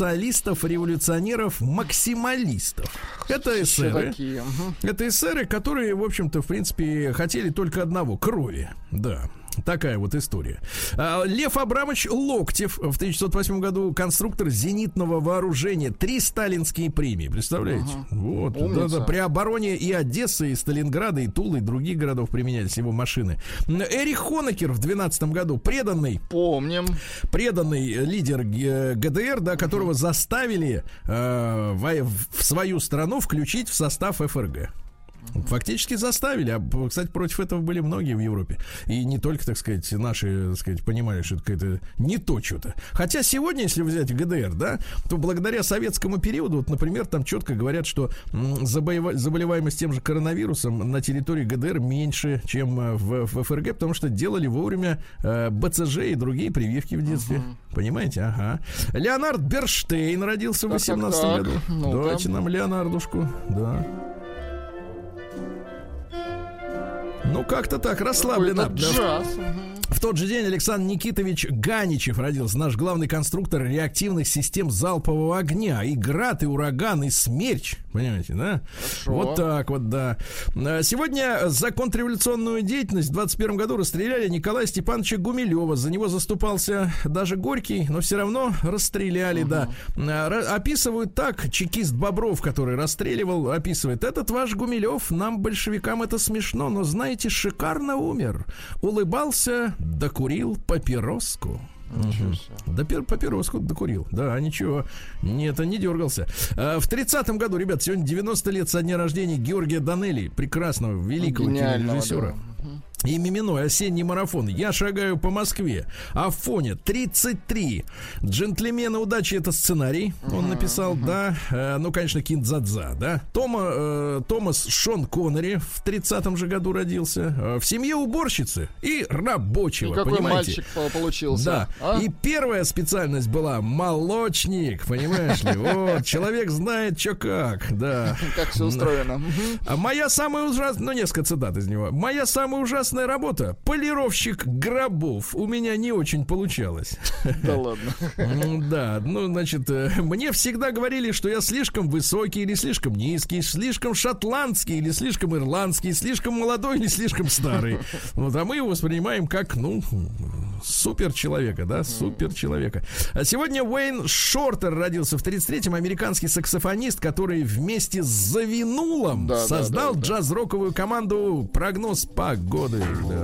социалистов-революционеров-максималистов. Это эсеры. Это эсеры, которые, в общем-то, в принципе, хотели только одного — крови, да. Такая вот история. Лев Абрамович Локтев в 1908 году конструктор зенитного вооружения. 3 сталинские премии, представляете? Вот, да, при обороне и Одессы, и Сталинграда, и Тулы, и других городов применялись его машины. Эрих Хонекер в 12 году преданный лидер ГДР, да, которого заставили в свою страну включить в состав ФРГ. Фактически заставили. А, кстати, против этого были многие в Европе. И не только, так сказать, наши, так сказать, понимали, что это какое-то не то что-то. Хотя сегодня, если взять ГДР, да, то благодаря советскому периоду, вот, например, там четко говорят, что заболеваемость тем же коронавирусом на территории ГДР меньше, чем в ФРГ, потому что делали вовремя БЦЖ и другие прививки в детстве. Понимаете? Ага. Леонард Берштейн родился в 18 году. Давайте нам Леонардушку. Да. Ну, как-то так, расслабленно. В тот же день Александр Никитович Ганичев родился, наш главный конструктор реактивных систем залпового огня. И град, и ураган, и смерч. Понимаете, да? Хорошо. Вот так вот, да. Сегодня за контрреволюционную деятельность в 21 году расстреляли Николая Степановича Гумилева. За него заступался даже Горький, но все равно расстреляли, да. Описывают так, чекист Бобров, который расстреливал, описывает: этот ваш Гумилев, нам, большевикам, это смешно, но, знаете, шикарно умер. Улыбался, докурил папироску. Да, папироску докурил. Да, ничего. Нет, не дергался. В 30-м году, ребят, сегодня 90 лет со дня рождения Георгия Данелли, прекрасного, великого кинорежиссера. Да. И миминой осенний марафон. Я шагаю по Москве. Афоня 33. Джентльмены удачи — это сценарий. Он написал, да. Ну, конечно, Киндзадза, да. Томас Шон Коннери в 30-м же году родился. В семье уборщицы и рабочего. И какой понимаете? Мальчик получился. Да. И первая специальность была молочник, понимаешь ли? Вот, человек знает, что как, да. Как все устроено. А моя самая ужасная, ну, несколько цитат из него. Моя самая ужасная работа — полировщик гробов. У меня не очень получалось. Да ладно. Да, ну, значит, мне всегда говорили, что я слишком высокий или слишком низкий, слишком шотландский или слишком ирландский, слишком молодой или слишком старый. Вот, а мы его воспринимаем как, ну, супер человека, да, супер человека. А сегодня Уэйн Шортер родился в 33-м, американский саксофонист, который вместе с Завинулом создал джаз-роковую команду «Прогноз погоды». Да.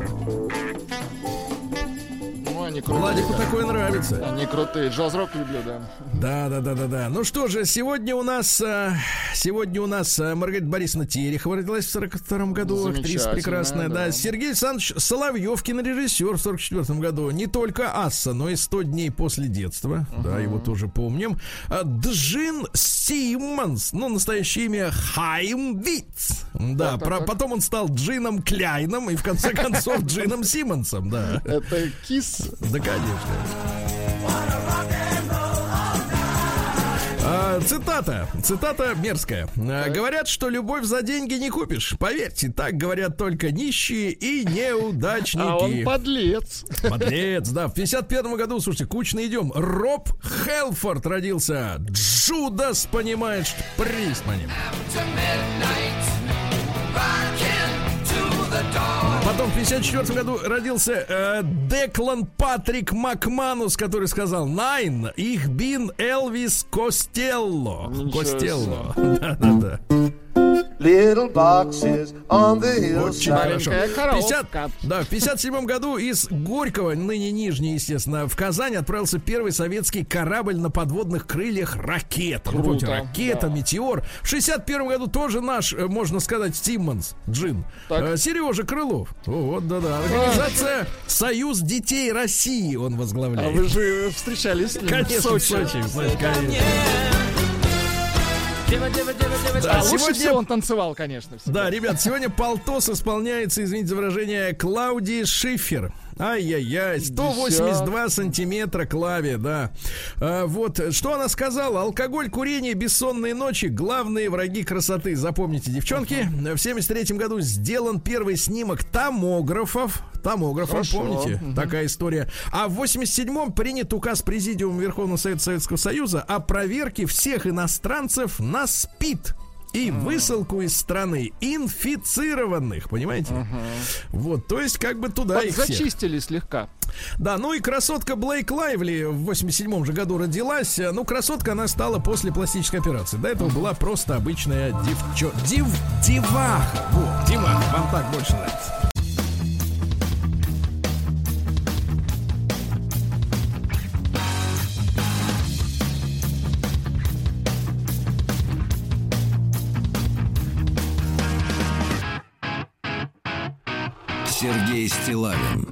Ну, они крутые. Владику такое нравится. Они крутые. Джаз-рок люблю, да. Да. Ну что же, сегодня у нас Маргарита Борисовна Терехова родилась в 42-м году, актриса прекрасная, да. Сергей Александрович Соловьев, кинорежиссер, в 44-м году. Не только «Асса», но и «100 дней после детства». Да, его тоже помним. Джин Симмонс, ну, настоящее имя Хайм Витц. Да, потом он стал Джином Кляйном и, в конце концов, Джином Симмонсом, да. Это Кис? Да, конечно. Цитата мерзкая. Говорят, что любовь за деньги не купишь. Поверьте, так говорят только нищие и неудачники. А он подлец. Подлец, да. В 51 году, слушайте, кучно идем. Роб Хелфорд родился. Джудас, понимаешь, Присманем. Потом в 54 году родился Деклан Патрик Макманус, который сказал: «Найн, их бин Элвис Костелло». Костелло. Да-да-да. Little boxes on the Очень hillside. хорошо. В 57 году из Горького, ныне Нижний, естественно, в Казань отправился первый советский корабль на подводных крыльях «Ракета». Вы помните, «Ракета», да. «Метеор». В 61 году тоже наш, можно сказать, Симмонс, Джин. Сережа Крылов. Вот, да-да. Организация «Союз детей России» он возглавляет. А вы же встречались с ним? Конечно, в Сочи. Да, лучше всего он танцевал, конечно. Всегда. Да, ребят, сегодня полтос исполняется, извините за выражение, Клаудии Шифер. Ай-яй-яй, 182 сантиметра Клаве, да. Вот, что она сказала? Алкоголь, курение, бессонные ночи — главные враги красоты. Запомните, девчонки. В 73-м году сделан первый снимок томографов. Помните? Такая история. А в 87-м принят указ Президиума Верховного Совета Советского Союза о проверке всех иностранцев на СПИД и высылку из страны инфицированных, понимаете? Вот, то есть как бы туда их всех. Зачистили слегка. Да, ну и красотка Блейк Лайвли в 87-м же году родилась. Ну, красотка она стала после пластической операции. До этого была просто обычная деваха. Вот, деваха, вам так больше нравится. Сергей Стиллавин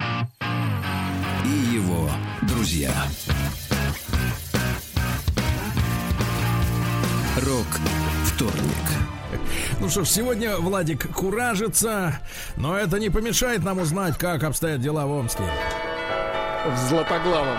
и его друзья. Рок-вторник. Ну что ж, сегодня Владик куражится, но это не помешает нам узнать, как обстоят дела в Омске. В Златоглавом.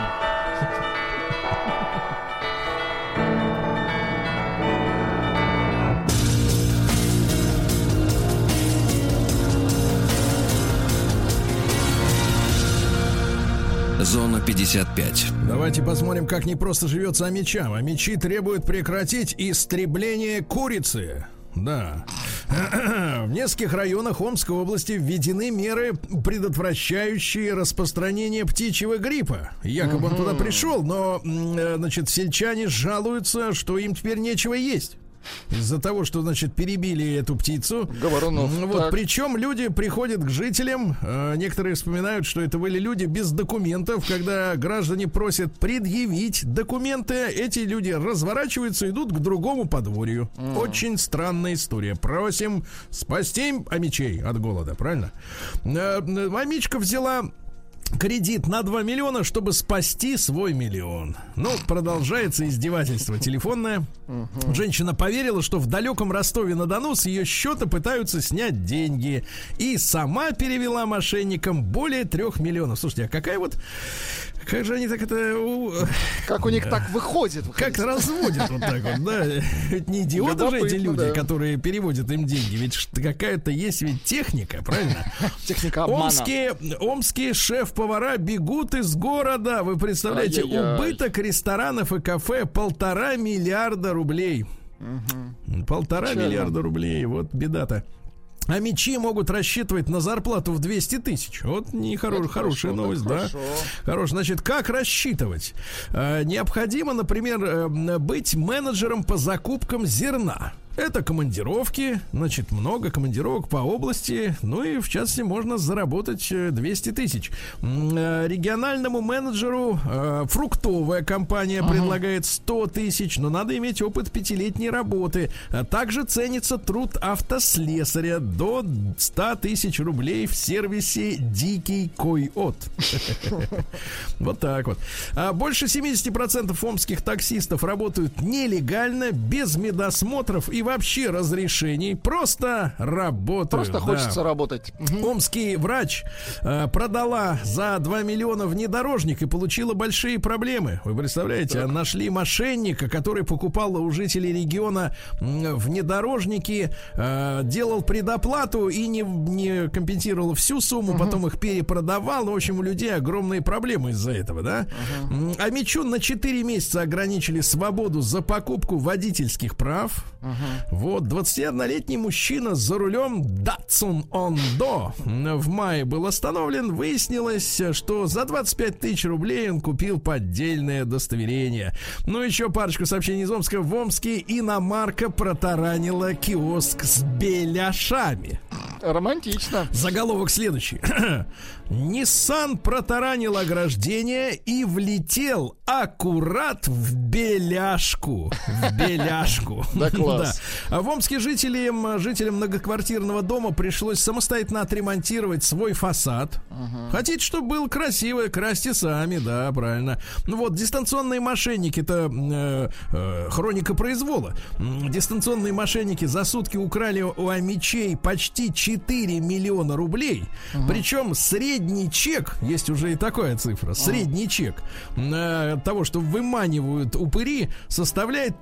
Зона 55. Давайте посмотрим, как непросто живется амичам. Амичи требуют прекратить истребление курицы. Да. В нескольких районах Омской области введены меры, предотвращающие распространение птичьего гриппа. Якобы он туда пришел, но, значит, сельчане жалуются, что им теперь нечего есть. Из-за того, что, значит, перебили эту птицу. Говорунов. Вот, причем люди приходят к жителям. Некоторые вспоминают, что это были люди без документов. Когда граждане просят предъявить документы, эти люди разворачиваются и идут к другому подворью. Очень странная история. Просим спасти амичей от голода, правильно? Амичка взяла кредит на 2 миллиона, чтобы спасти свой миллион. Ну, продолжается издевательство телефонное. Женщина поверила, что в далеком Ростове-на-Дону с ее счета пытаются снять деньги. И сама перевела мошенникам более 3 миллионов. Слушайте, а какая вот... Как же они так это... Как у них так выходит? Как разводят вот так вот, да? Ведь не идиоты же эти люди, да, которые переводят им деньги. Ведь какая-то есть ведь техника, правильно? Техника обмана. Омские шеф-повара бегут из города. Вы представляете, убыток ресторанов и кафе 1,5 миллиарда рублей. 1,5 миллиарда рублей. Вот беда-то. А мечи могут рассчитывать на зарплату в 200 тысяч. Вот хорошая новость, да? Хорошо. Значит, как рассчитывать? Необходимо, например, быть менеджером по закупкам зерна. Это командировки, значит, много командировок по области. Ну и, в частности, можно заработать 200 тысяч. Региональному менеджеру фруктовая компания предлагает 100 тысяч, но надо иметь опыт 5-летней работы. Также ценится труд автослесаря до 100 тысяч рублей в сервисе «Дикий койот». Вот так вот. Больше 70% омских таксистов работают нелегально, без медосмотров и и вообще разрешений, просто работают. Просто хочется работать. Омский врач продала за 2 миллиона внедорожник и получила большие проблемы. Вы представляете, нашли мошенника, который покупал у жителей региона внедорожники, делал предоплату и не компенсировал всю сумму, потом их перепродавал. В общем, у людей огромные проблемы из-за этого, да? А Мичун на 4 месяца ограничили свободу за покупку водительских прав. Вот, 21-летний мужчина за рулем Datsun Ondo в мае был остановлен. Выяснилось, что за 25 тысяч рублей он купил поддельное удостоверение. Ну, еще парочку сообщений из Омска. В Омске иномарка протаранила киоск с беляшами. Романтично. Заголовок следующий. Nissan протаранил ограждение и влетел аккурат в беляшку. В беляшку. Да, класс. Да. В Омске жителям многоквартирного дома пришлось самостоятельно отремонтировать свой фасад. Хотите, чтобы было красиво, красьте сами, да, правильно. Ну вот, дистанционные мошенники, это хроника произвола. Дистанционные мошенники за сутки украли у амичей почти 4 миллиона рублей. Причем средний чек, есть уже и такая цифра, средний чек того, что выманивают упыри, составляет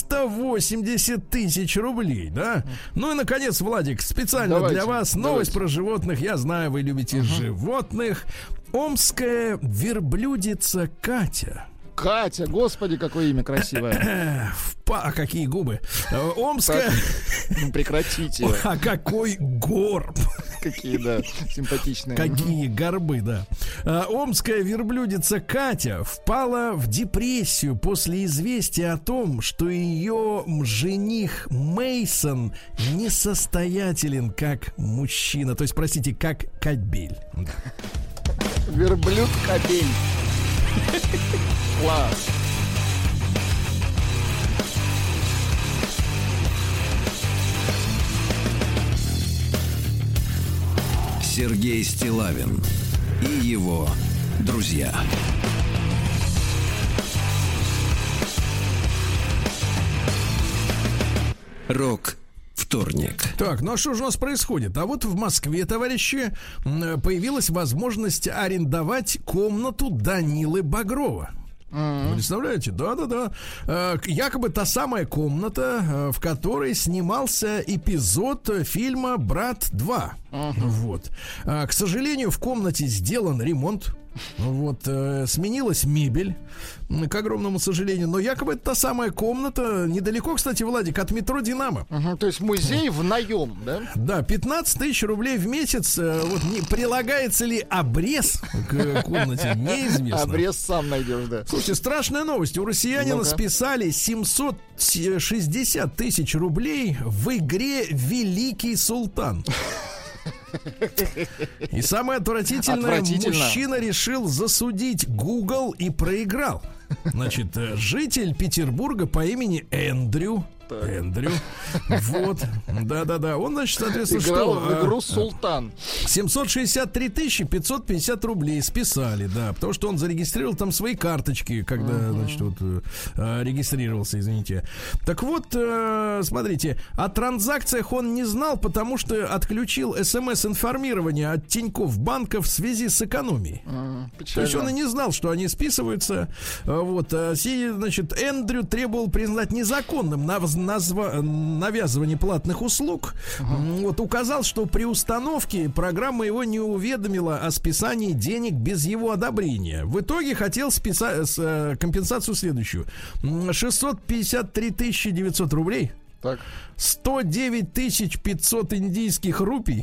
380 тысяч рублей, да? Ну и, наконец, Владик, специально для вас новость про животных. Я знаю, вы любите животных. Омская верблюдица Катя. Катя, господи, какое имя красивое. А какие губы. Омская... Ну, прекратите. А какой горб. Какие, да, симпатичные. Какие горбы, да. Омская верблюдица Катя впала в депрессию после известия о том, что ее жених Мейсон несостоятелен как мужчина. То есть, простите, как кобель. Верблюд-кобель. Класс. Сергей Стиллавин и его друзья. Рок-вторник. Так, ну а что же у нас происходит? А вот в Москве, товарищи, появилась возможность арендовать комнату Данилы Багрова. Вы представляете? Да. Якобы та самая комната, в которой снимался эпизод фильма «Брат 2». Вот. К сожалению, в комнате сделан ремонт. Вот, сменилась мебель, к огромному сожалению. Но якобы это та самая комната, недалеко, кстати, Владик, от метро «Динамо». То есть музей в наем, да? Да, 15 тысяч рублей в месяц. Вот, прилагается ли обрез к комнате, неизвестно. Обрез сам найдешь, да. Слушайте, страшная новость. У россиянина списали 760 тысяч рублей в игре «Великий Султан». И самое отвратительное, мужчина решил засудить Google и проиграл. Значит, житель Петербурга по имени Эндрю. Вот. Да. Он, значит, соответственно, играл в игру «Султан». 763 550 рублей списали, да, потому что он зарегистрировал там свои карточки, когда, значит, вот регистрировался, извините. Так вот, смотрите, о транзакциях он не знал, потому что отключил СМС-информирование от Тинькофф банка в связи с экономией. То есть он и не знал, что они списываются. Вот, значит, Эндрю требовал признать незаконным навязывание платных услуг. Вот, указал, что при установке программа его не уведомила о списании денег без его одобрения. В итоге хотел компенсацию следующую: 653 900 рублей, так. 109 500 индийских рупий,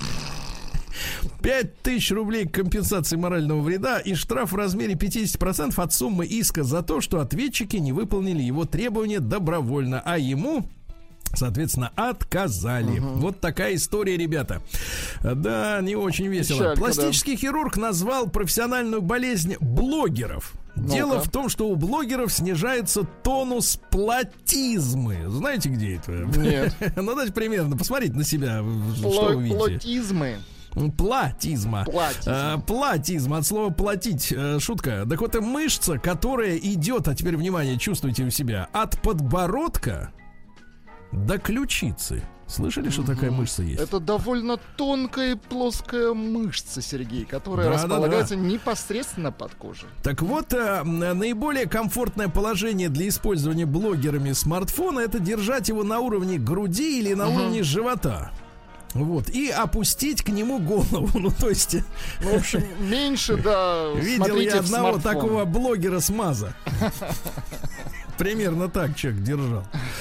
5000 рублей компенсации морального вреда и штраф в размере 50% от суммы иска за то, что ответчики не выполнили его требования добровольно, а ему, соответственно, отказали. Вот такая история, ребята. Да, не очень весело. Печалька, пластический хирург назвал профессиональную болезнь блогеров. Дело в том, что у блогеров снижается тонус платизмы. Знаете, где это? Нет. Ну, давайте примерно посмотрите на себя, что вы видите. Платизмы. Платизма. Платизм от слова платить. Шутка. Так вот, это мышца, которая идет, а теперь, внимание, чувствуйте у себя, от подбородка до ключицы. Слышали, что такая мышца есть? Это довольно тонкая и плоская мышца, Сергей, которая располагается непосредственно под кожей. Так вот, наиболее комфортное положение для использования блогерами смартфона — это держать его на уровне груди или на уровне живота. Вот, и опустить к нему голову. Ну, то есть... Ну, в общем, меньше, да, видел я одного смартфон. такого блогера с МАЗа. Примерно так человек держал.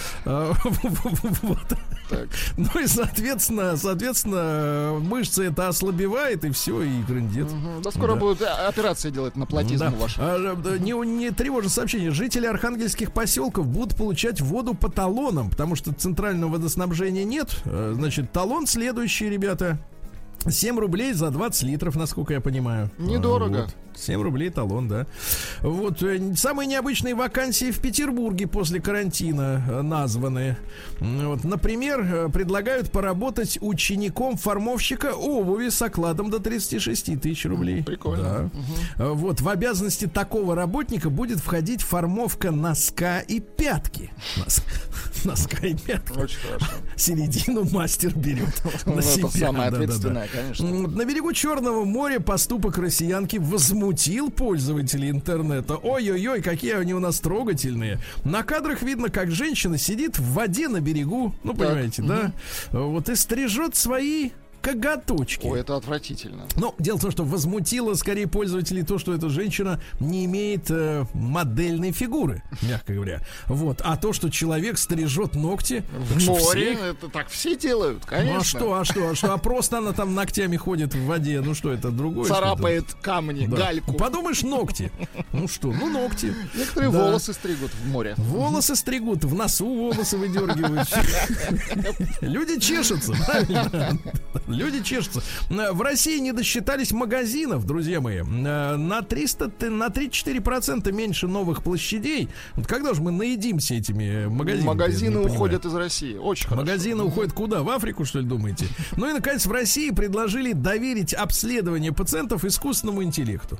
Вот. Ну и, соответственно, мышца это ослабевает, и все, и крындец. Да скоро будут операции делать на платизму вашу. Не тревожное сообщение. Жители архангельских поселков будут получать воду по талонам, потому что центрального водоснабжения нет. Значит, талон следующий, ребята. 7 рублей за 20 литров, насколько я понимаю. Недорого. Вот. 7 рублей талон, да. Вот самые необычные вакансии в Петербурге после карантина названы. Вот, например, предлагают поработать учеником формовщика обуви с окладом до 36 тысяч рублей. Прикольно. Да. Вот, в обязанности такого работника будет входить формовка носка и пятки. Носка и пятки. Очень хорошо. Середину мастер берет на себя. Это самое ответственное, конечно. На берегу Черного моря поступок россиянки возмутил пользователей интернета. Ой-ой-ой, какие они у нас трогательные. На кадрах видно, как женщина сидит в воде на берегу. Ну, понимаете, да? Вот и стрижет свои коготочки. Ой, это отвратительно. Но дело в том, что возмутило скорее пользователей то, что эта женщина не имеет модельной фигуры, мягко говоря. Вот. А то, что человек стрижет ногти в море, это так все делают, конечно. Ну а что? А просто она там ногтями ходит в воде. Ну что, это другое? Царапает камни, да. гальку. Подумаешь, ногти. Ну что, ну ногти. Некоторые волосы стригут в море. Волосы стригут, в носу волосы выдергивают. Люди чешутся, правильно? Люди чешутся. В России не досчитались магазинов, друзья мои. На 34% меньше новых площадей. Вот когда же мы наедимся этими магазинами? Магазины уходят из России. Очень хорошо. Магазины уходят куда? В Африку, что ли, думаете? Ну и, наконец, в России предложили доверить обследование пациентов искусственному интеллекту.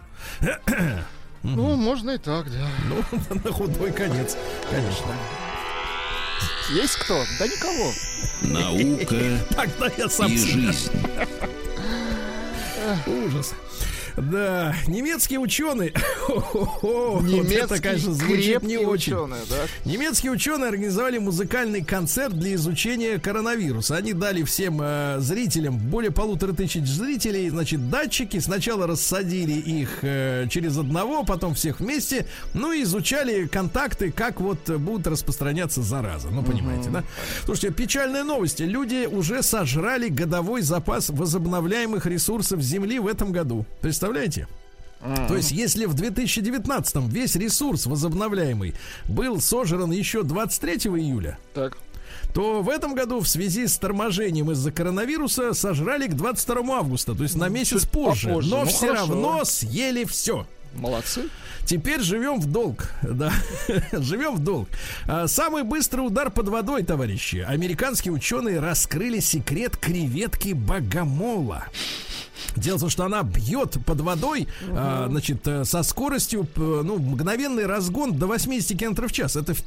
Ну, можно и так, да. Ну, на худой конец, конечно. Есть кто? Да никого. Наука и жизнь. Ужас. Да, немецкие ученые. Немецкие, это, конечно, звучит не очень. Ученые, да? Немецкие ученые организовали музыкальный концерт для изучения коронавируса. Они дали всем зрителям, более 1500 зрителей, значит, датчики. Сначала рассадили их через одного, потом всех вместе. Ну и изучали контакты, как вот будет распространяться зараза. Ну, понимаете, да? Слушайте, печальные новости. Люди уже сожрали годовой запас возобновляемых ресурсов Земли в этом году. Представляете? То есть, если в 2019-м весь ресурс возобновляемый был сожран еще 23 июля, так, то в этом году в связи с торможением из-за коронавируса сожрали к 22 августа, то есть на месяц позже. Но все равно съели все. Молодцы. Теперь живем в долг. Да, живем в долг. Самый быстрый удар под водой, товарищи. Американские ученые раскрыли секрет креветки богомола. Дело в том, что она бьет под водой, значит, со скоростью, ну, мгновенный разгон до 80 км в час. Это в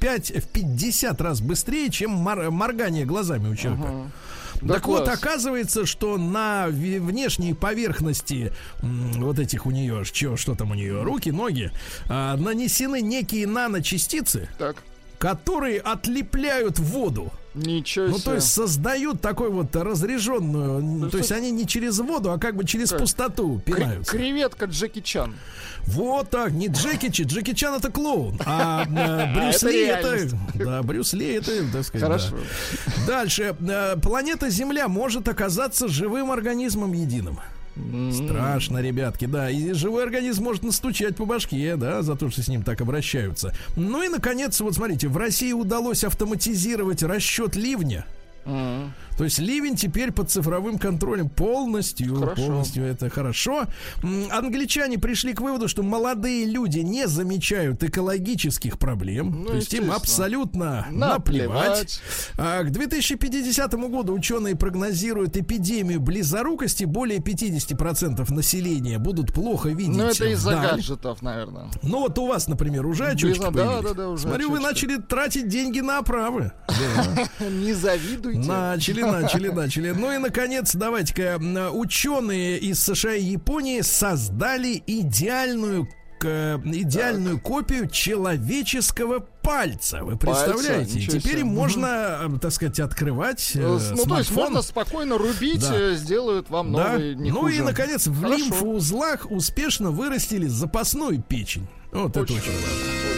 50 раз быстрее, чем моргание глазами у человека. Да, так класс. вот, оказывается, что на внешней поверхности вот этих у нее, что там у нее, руки, ноги, нанесены некие наночастицы, так, которые отлепляют воду. Ничего себе. Ну, то есть создают такой вот разряженную, то есть они не через воду, а как бы через пустоту пинаются. Креветка Джеки Чан. Вот так, не Джеки Чан это клоун, а Брюс это Ли реальность. это... Да, Брюс Ли это, так сказать. Хорошо. Да. Дальше. Планета Земля может оказаться живым организмом единым. Страшно, ребятки, да. И живой организм может настучать по башке, да, за то, что с ним так обращаются. Ну и, наконец, вот смотрите, в России удалось автоматизировать расчет ливня. То есть ливень теперь под цифровым контролем полностью. Хорошо. Полностью это хорошо. Англичане пришли к выводу, что молодые люди не замечают экологических проблем. Ну, то есть им абсолютно наплевать. К 2050 году ученые прогнозируют эпидемию близорукости. Более 50% населения будут плохо видеть. Ну, это из-за вдаль. гаджетов, наверное. Ну, вот у вас, например, уже очечки появились. Да, уже Смотрю, очечки. вы начали тратить деньги на оправы. Не завидуйте. Начали. Ну и, наконец, давайте-ка, ученые из США и Японии создали идеальную копию человеческого пальца. Вы представляете? Теперь можно, так сказать, открывать смартфон. То есть можно спокойно рубить, сделают вам новый, не хуже. И, наконец, в лимфоузлах успешно вырастили запасную печень. Вот это очень важно.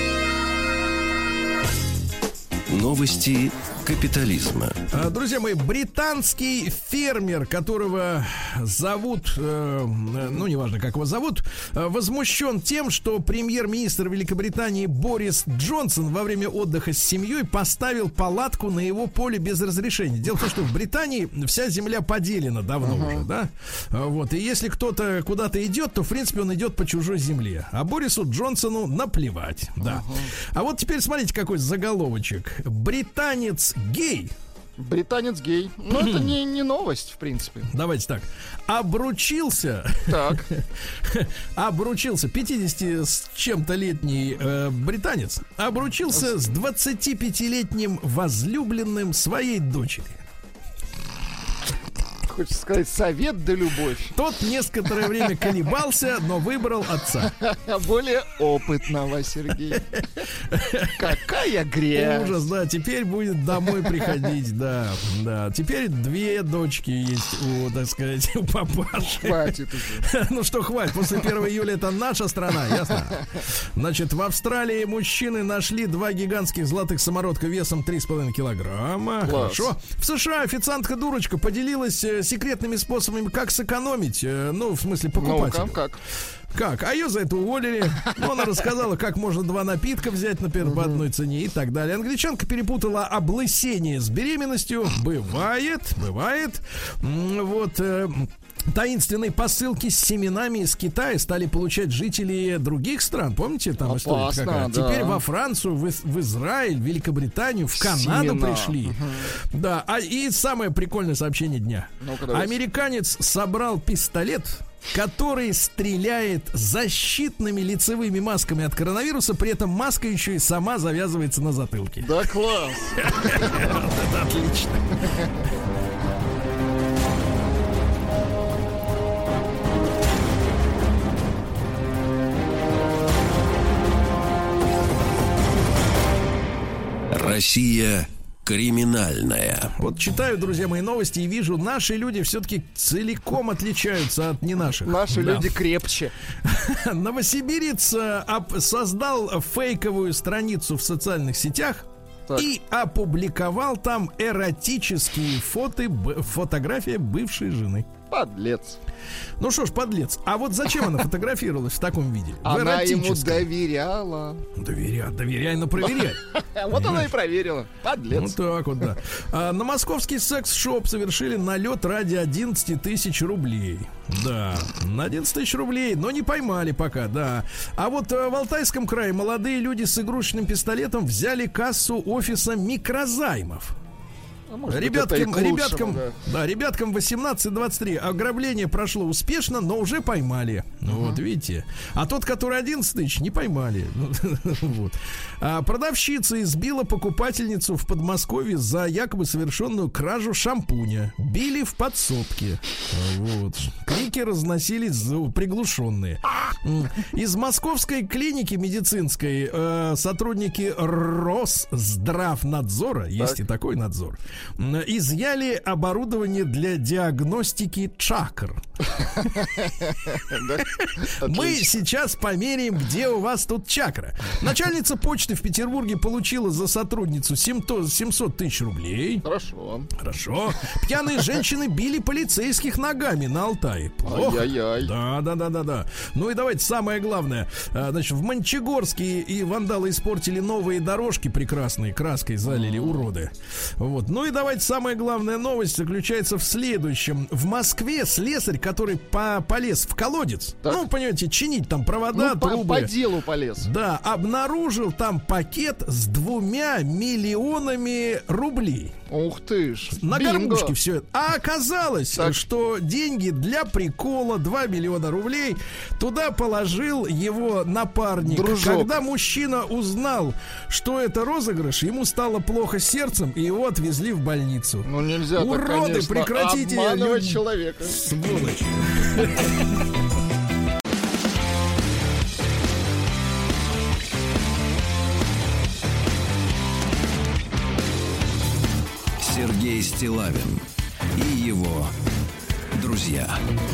Новости капитализма. Друзья мои, британский фермер, которого зовут, неважно, как его зовут, возмущен тем, что премьер-министр Великобритании Борис Джонсон во время отдыха с семьей поставил палатку на его поле без разрешения. Дело в том, что в Британии вся земля поделена давно уже, да? Вот, и если кто-то куда-то идет, то, в принципе, он идет по чужой земле. А Борису Джонсону наплевать, да. А вот теперь смотрите, какой заголовочек. Британец гей. Британец гей. Ну, это не новость, в принципе. Давайте так. Обручился 50 с чем-то летний британец. Обручился с 25-летним возлюбленным своей дочери. Хочется сказать, совет да любовь. Тот некоторое время колебался, но выбрал отца. Более опытного, Сергей. Какая грязь. Ужас, да, теперь будет домой приходить, да. Теперь 2 дочки есть у, так сказать, у папаши. Хватит уже. Ну что, хватит, после 1 июля это наша страна, ясно? Значит, в Австралии мужчины нашли 2 гигантских золотых самородка весом 3,5 килограмма. Класс. Хорошо. В США официантка-дурочка поделилась секретными способами, как сэкономить, ну, в смысле, покупателю. Ну, как? А ее за это уволили. Она рассказала, как можно 2 напитка взять, например, по одной цене и так далее. Англичанка перепутала облысение с беременностью. Бывает. Вот. Таинственные посылки с семенами из Китая стали получать жители других стран. Помните, там история какая? Да. Теперь во Францию, в Израиль, в Великобританию, в Канаду пришли. Да, и самое прикольное сообщение дня. Американец собрал пистолет, который стреляет защитными лицевыми масками от коронавируса, при этом маска еще и сама завязывается на затылке. Да, класс! Это отлично. Россия криминальная. Вот читаю, друзья мои, новости и вижу, наши люди все-таки целиком отличаются от не наших. Наши люди крепче. Новосибирец создал фейковую страницу в социальных сетях. Так. И опубликовал там эротические фотографии бывшей жены. Подлец. Ну что ж, подлец. А вот зачем она фотографировалась в таком виде? Она ему доверяла. Доверяй, но проверяй. Вот она и проверила. Подлец. Вот так вот, да. На московский секс-шоп совершили налет ради 11 тысяч рублей. Да, на 11 тысяч рублей, но не поймали пока, да. А вот в Алтайском крае молодые люди с игрушечным пистолетом взяли кассу офиса микрозаймов. Ребяткам 18-23. Ограбление прошло успешно, но уже поймали. Вот, видите. А тот, который 11 тысяч, не поймали. Вот. Продавщица избила покупательницу в Подмосковье за якобы совершенную кражу шампуня. Били в подсобке. Вот. Крики разносились приглушенные. Из московской клиники медицинской сотрудники Росздравнадзора, есть и такой надзор, изъяли оборудование для диагностики чакр. Мы сейчас померяем, где у вас тут чакра. Начальница почты в Петербурге получила за сотрудницу 700 тысяч рублей. Хорошо. Пьяные женщины били полицейских ногами на Алтае. Плохо. Ай-яй-яй. Да. Ну и давайте самое главное. Значит, в Мончегорске и вандалы испортили новые дорожки прекрасные, краской залили, уроды. Вот. Ну Ну и давайте, самая главная новость заключается в следующем. В Москве слесарь, который полез в колодец, Так. ну, понимаете, чинить там провода, Ну, трубы. по делу полез. Да, обнаружил там пакет с 2 миллионами рублей. Ух ты ж. На Бинго. кормушке все это. А оказалось, Так. что деньги для прикола, 2 миллиона рублей, туда положил его напарник. Дружок. Когда мужчина узнал, что это розыгрыш, ему стало плохо с сердцем, и его отвезли в больницу. Ну нельзя так, Уроды, конечно, прекратите обманывать люди. человека. Сволочь. Сергей Стиллавин и его друзья.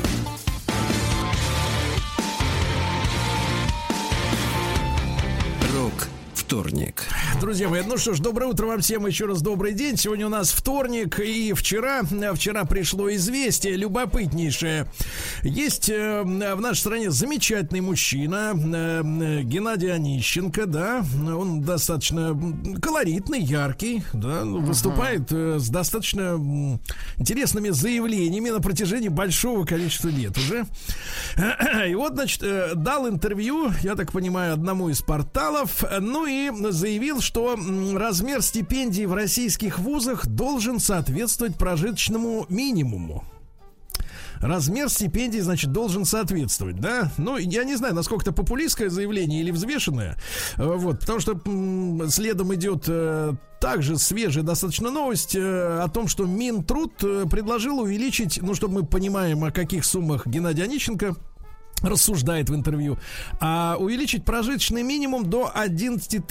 Рок-вторник. Друзья мои, ну что ж, доброе утро вам всем, еще раз добрый день. Сегодня у нас вторник, и вчера пришло известие любопытнейшее. Есть в нашей стране замечательный мужчина, Геннадий Онищенко, да, он достаточно колоритный, яркий, да, выступает с достаточно интересными заявлениями на протяжении большого количества лет уже. И вот, значит, дал интервью, я так понимаю, одному из порталов, ну и заявил, что размер стипендий в российских вузах должен соответствовать прожиточному минимуму. Размер стипендий, значит, должен соответствовать, да? Ну, я не знаю, насколько это популистское заявление или взвешенное. Вот, потому что следом идет также свежая достаточно новость о том, что Минтруд предложил увеличить, ну, чтобы мы понимаем, о каких суммах Геннадий Онищенко рассуждает в интервью, увеличить прожиточный минимум до 11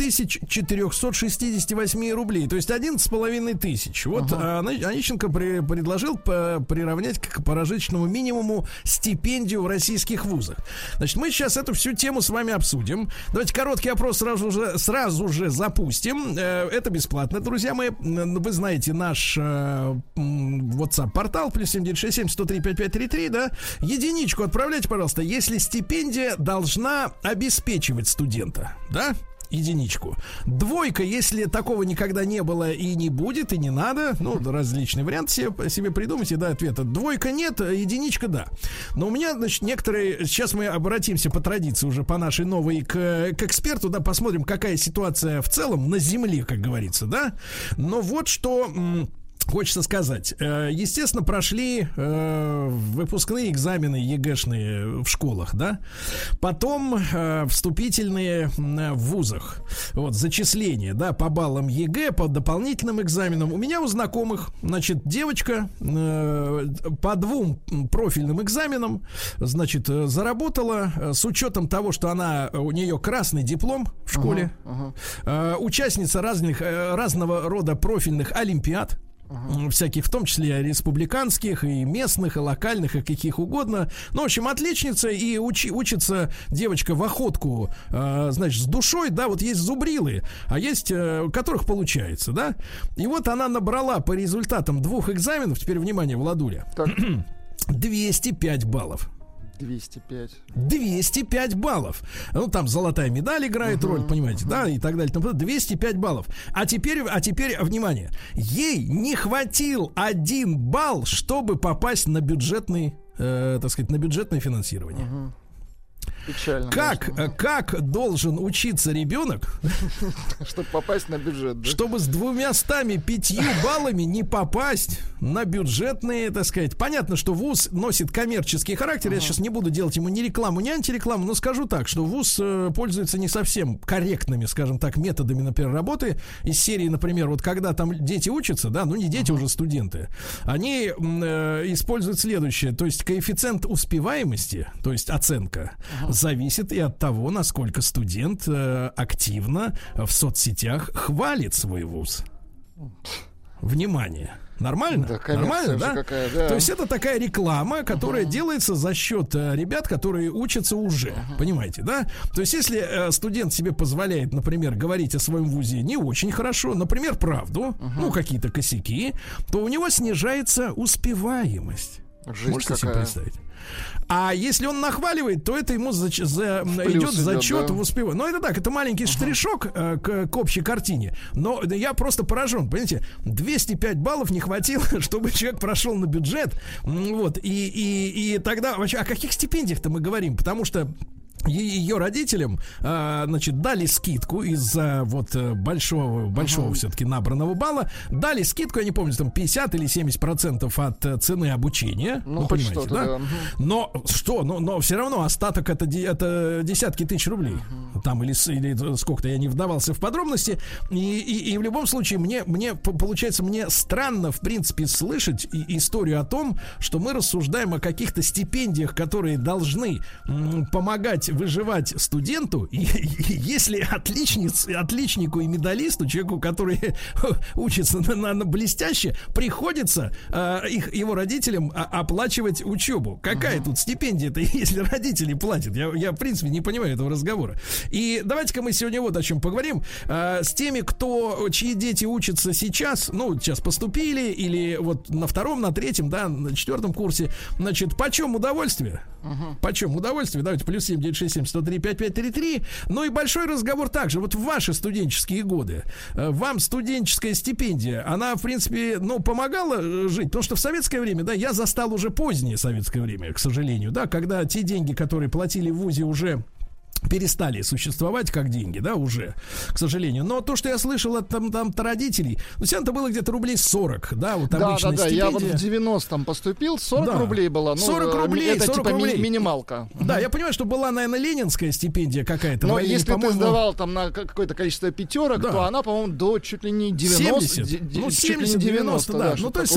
468 рублей, то есть 11,5 тысяч. Вот Онищенко предложил приравнять к прожиточному минимуму стипендию в российских вузах. Значит, мы сейчас эту всю тему с вами обсудим. Давайте короткий опрос сразу же запустим. Это бесплатно, друзья мои. Вы знаете наш WhatsApp-портал +7 967 103 5533, да? Единичку отправляйте, пожалуйста, если стипендия должна обеспечивать студента, да? Единичку. Двойка, если такого никогда не было и не будет, и не надо. Ну, различные варианты себе придумайте, да, ответа. Двойка нет, единичка да. Но у меня, значит, некоторые... Сейчас мы обратимся по традиции уже по нашей новой к эксперту, да, посмотрим, какая ситуация в целом на земле, как говорится, да. Но вот что... Хочется сказать, естественно, прошли выпускные экзамены ЕГЭшные в школах, да, потом вступительные в вузах, вот, зачисление, да, по баллам ЕГЭ, по дополнительным экзаменам. У меня у знакомых, значит, девочка по 2 профильным экзаменам, значит, заработала с учетом того, что у нее красный диплом в школе, участница разного рода профильных олимпиад, всяких, в том числе республиканских, и местных, и локальных, и каких угодно. Ну, в общем, отличница, и учится девочка в охотку, значит, с душой, да, вот есть зубрилы, а есть, у которых получается, да. И вот она набрала по результатам 2 экзаменов, теперь, внимание, Владуля, 205 баллов. 205 баллов. Ну, там золотая медаль играет роль, понимаете, да, и так далее. 205 баллов. А теперь, внимание, ей не хватил 1 балл, чтобы попасть на бюджетный, так сказать, на бюджетное финансирование. Печально. Как должен учиться ребенок, чтобы попасть на бюджет, да? Чтобы с 205 баллами не попасть на бюджетные, так сказать. Понятно, что вуз носит коммерческий характер. Я сейчас не буду делать ему ни рекламу, ни антирекламу, но скажу так, что вуз пользуется не совсем корректными, скажем так, методами, например, работы. Из серии, например, вот когда там дети учатся, да, ну не дети, уже студенты, они используют следующее, то есть коэффициент успеваемости, то есть оценка, зависит и от того, насколько студент активно в соцсетях хвалит свой вуз. Внимание. Нормально? Да, конечно, нормально, да? Какая, да? То есть это такая реклама, которая делается за счет ребят, которые учатся уже. Понимаете, да? То есть если студент себе позволяет, например, говорить о своем вузе не очень хорошо, например, правду, ну, какие-то косяки, то у него снижается успеваемость. Жизнь Можете себе какая. представить? А если он нахваливает, то это ему идет зачет в успевание. Ну, это так, это маленький штришок к общей картине. Но я просто поражен, понимаете, 205 баллов не хватило, чтобы человек прошел на бюджет. Вот, и тогда вообще о каких стипендиях-то мы говорим? Потому что ее родителям, значит, дали скидку из-за вот большого все-таки набранного балла. Дали скидку, я не помню, там 50 или 70% от цены обучения. Ну, вы хоть понимаете, что-то, да? Но что? Но все равно остаток это десятки тысяч рублей. Там или сколько-то, я не вдавался в подробности. И в любом случае, мне получается, мне странно, в принципе, слышать историю о том, что мы рассуждаем о каких-то стипендиях, которые должны помогать выживать студенту, и если отличнику и медалисту, человеку, который учится на блестяще, приходится его родителям оплачивать учебу. Какая тут стипендия-то, если родители платят? Я в принципе не понимаю этого разговора. И давайте-ка мы сегодня вот о чем поговорим. С теми, чьи дети учатся сейчас, ну, сейчас поступили, или вот на втором, на третьем, да, на четвертом курсе, значит, почем удовольствие? Почем удовольствие? Давайте, +7 967 103 5533. Ну и большой разговор также. Вот в ваши студенческие годы вам студенческая стипендия, она, в принципе, ну, помогала жить? Потому что в советское время, да, я застал уже позднее советское время, к сожалению, да, когда те деньги, которые платили в ВУЗе, уже перестали существовать как деньги, да, уже, к сожалению. Но то, что я слышал от там родителей, ну, всегда было где-то рублей 40, да, вот обычная стипендия. Я вот в 90-м поступил, 40 рублей была. Ну, 40 рублей, это 40 типа рублей. минималка. Да, я понимаю, что была, наверное, ленинская стипендия какая-то. Но если ты сдавал там на какое-то количество пятерок, то она, по-моему, до чуть ли не 90. 70, ну, 70-90, да. Ну, то есть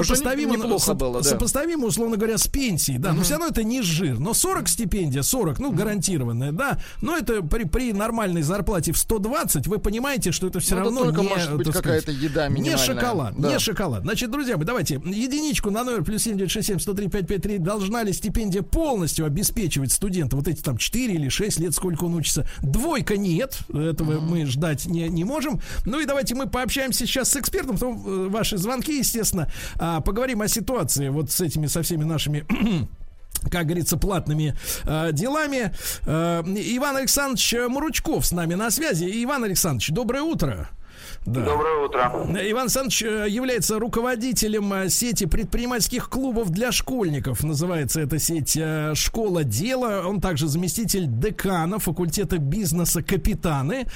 сопоставимо, условно говоря, с пенсией, да. Но все равно это не жир. Но 40 стипендия, 40, ну, гарантированная, да. Но это при нормальной зарплате в 120, вы понимаете, что это все равно только не, может быть какая-то еда минимальная. Не шоколад, да. Не шоколад. Значит, друзья мои, давайте единичку на номер +7 967 103 553. Должна ли стипендия полностью обеспечивать студента вот эти там 4 или 6 лет, сколько он учится? Двойка нет, этого мы ждать не можем. Ну и давайте мы пообщаемся сейчас с экспертом, потом ваши звонки, естественно, поговорим о ситуации вот с этими, со всеми нашими как говорится, платными делами. Иван Александрович Муручков с нами на связи. Иван Александрович, доброе утро. Да. Доброе утро. Иван Александрович является руководителем сети предпринимательских клубов для школьников. Называется эта сеть «Школа дела». Он также заместитель декана факультета бизнеса «Капитаны»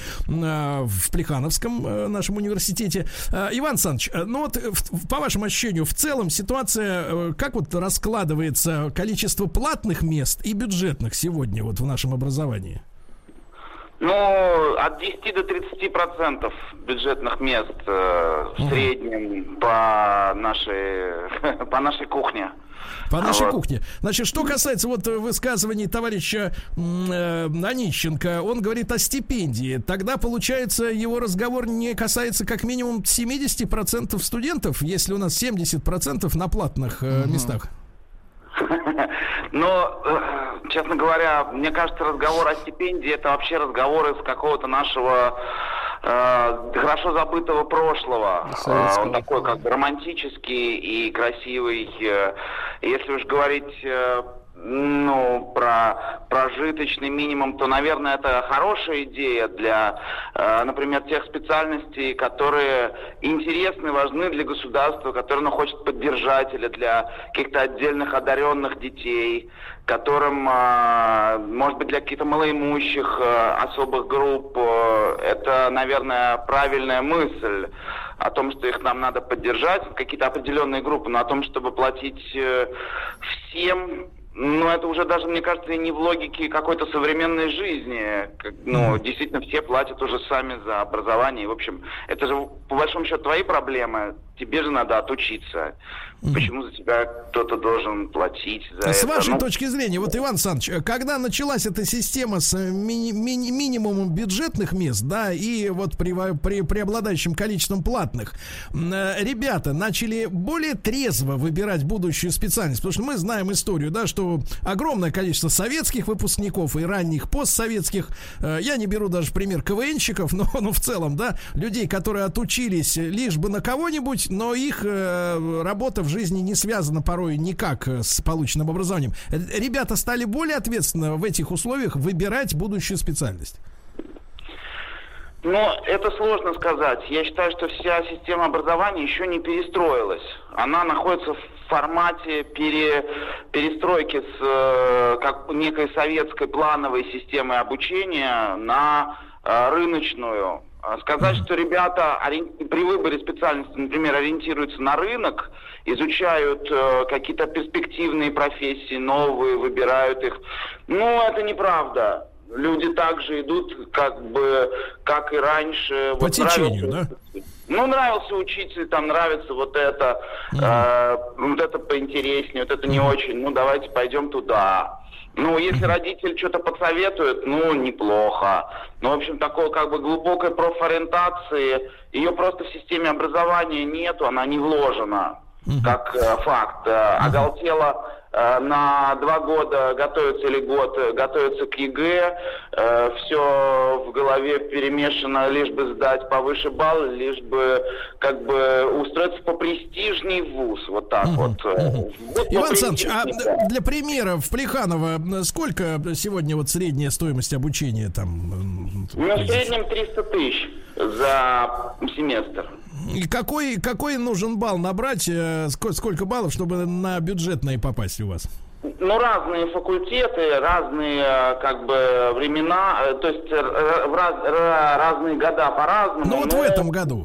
в Плехановском нашем университете. Иван Александрович, ну вот по вашему ощущению, в целом ситуация, как вот раскладывается количество платных мест и бюджетных сегодня вот в нашем образовании? Ну, от 10 до 30% бюджетных мест в среднем по нашей кухне. По нашей кухне. Значит, что касается вот высказываний товарища Онищенко, он говорит о стипендии. Тогда, получается, его разговор не касается как минимум 70% студентов, если у нас 70% на платных местах. Но, честно говоря, мне кажется, разговор о стипендии — это вообще разговор из какого-то нашего хорошо забытого прошлого. Он такой как бы романтический и красивый. Если уж говорить про прожиточный минимум, то, наверное, это хорошая идея для, например, тех специальностей, которые интересны, важны для государства, которые оно хочет поддержать, или для каких-то отдельных одаренных детей, которым, может быть, для каких-то малоимущих особых групп. Это, наверное, правильная мысль о том, что их нам надо поддержать, какие-то определенные группы, но о том, чтобы платить всем, ну, это уже даже, мне кажется, не в логике какой-то современной жизни. Ну, действительно, все платят уже сами за образование. И, в общем, это же, по большому счету, твои проблемы. Тебе же надо отучиться. Почему за тебя кто-то должен платить за с это? Вашей точки зрения, вот, Иван Александрович, когда началась эта система с минимумом бюджетных мест, да, и вот при преобладающим количеством платных, ребята начали более трезво выбирать будущую специальность, потому что мы знаем историю, да, что что огромное количество советских выпускников и ранних постсоветских, я не беру даже пример КВНщиков, но в целом, да, людей, которые отучились лишь бы на кого-нибудь, но их работа в жизни не связана порой никак с полученным образованием. Ребята стали более ответственно в этих условиях выбирать будущую специальность. Но это сложно сказать. Я считаю, что вся система образования еще не перестроилась. Она находится в формате перестройки с как некой советской плановой системой обучения на рыночную. Сказать, что ребята при выборе специальности, например, ориентируются на рынок, изучают какие-то перспективные профессии, новые, выбирают их, это неправда. Люди также идут, как и раньше. По течению, да? Нравился учитель, там нравится вот это поинтереснее, вот это не очень, давайте пойдем туда. Если родитель что-то подсоветует, неплохо. В общем, такой глубокой профориентации, ее просто в системе образования нету, она не вложена, как факт. Оголтело на 2 года готовится или год готовится к ЕГЭ, все в голове перемешано, лишь бы сдать повыше балл, лишь бы устроиться попрестижней вуз, вот так вот. Иван Александрович, а для примера в Плеханово сколько сегодня средняя стоимость обучения там? В среднем 300 тысяч за семестр. И какой нужен балл набрать? Сколько баллов, чтобы на бюджетные попасть у вас? Разные факультеты, разные времена, то есть разные года по-разному. В этом году.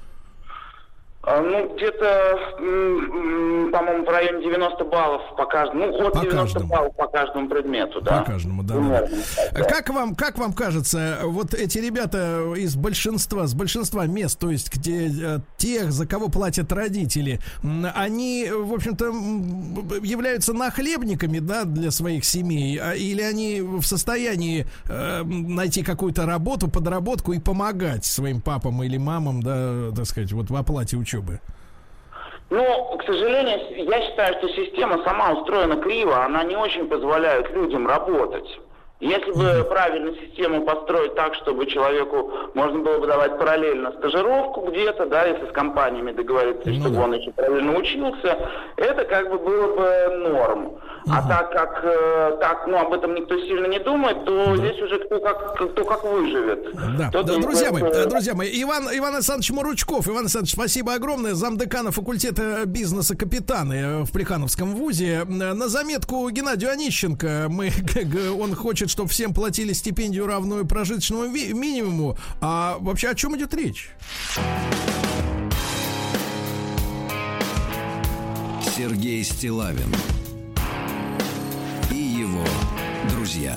Где-то, по-моему, в районе 90 баллов по каждому. От 90 баллов по каждому предмету, да. По каждому, да. Как вам кажется, вот эти ребята с большинства мест, то есть где тех, за кого платят родители, они, в общем-то, являются нахлебниками, да, для своих семей, или они в состоянии найти какую-то работу, подработку и помогать своим папам или мамам, да, так сказать, в оплате учебы? К сожалению, я считаю, что система сама устроена криво, она не очень позволяет людям работать. Если бы правильно систему построить так, чтобы человеку можно было бы давать параллельно стажировку где-то, да, если с компаниями договориться, чтобы он еще правильно учился, это было бы норм. А так как об этом никто сильно не думает, то здесь уже кто как выживет. Да, друзья мои, Иван Александрович Муручков. Иван Александрович, спасибо огромное. Замдекана факультета бизнеса капитаны в Плехановском вузе. На заметку Геннадию Онищенко. Он хочет, чтобы всем платили стипендию, равную прожиточному минимуму. А вообще о чем идет речь? Сергей Стиллавин и его друзья.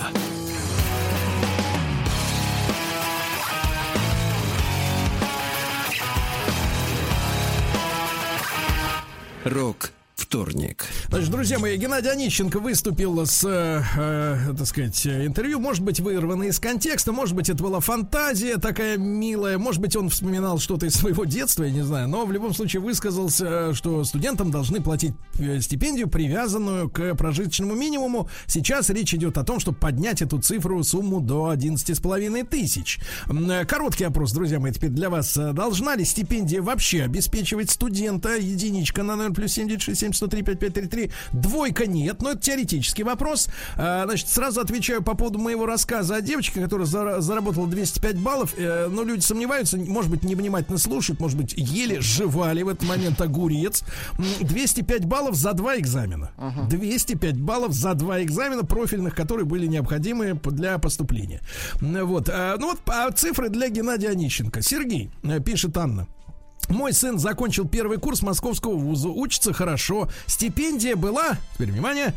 Рок-вторник. Значит, друзья мои, Геннадий Онищенко выступил с, так сказать, интервью, может быть, вырвано из контекста, может быть, это была фантазия такая милая, может быть, он вспоминал что-то из своего детства, я не знаю, но в любом случае высказался, что студентам должны платить стипендию, привязанную к прожиточному минимуму. Сейчас речь идет о том, чтобы поднять эту сумму до 11,5 тысяч. Короткий опрос, друзья мои, теперь для вас. Должна ли стипендия вообще обеспечивать студента? Единичка на 0 плюс 796 103 5533. Двойка нет, но это теоретический вопрос. Значит, сразу отвечаю по поводу моего рассказа о девочке, которая заработала 205 баллов. Но люди сомневаются, может быть, невнимательно слушают, может быть, еле жевали в этот момент огурец. 205 баллов за 2 экзамена. 205 баллов за 2 экзамена профильных, которые были необходимы для поступления. Вот. Цифры для Геннадия Онищенко. Сергей, пишет Анна. Мой сын закончил первый курс московского вуза, учится хорошо. Стипендия была, теперь внимание,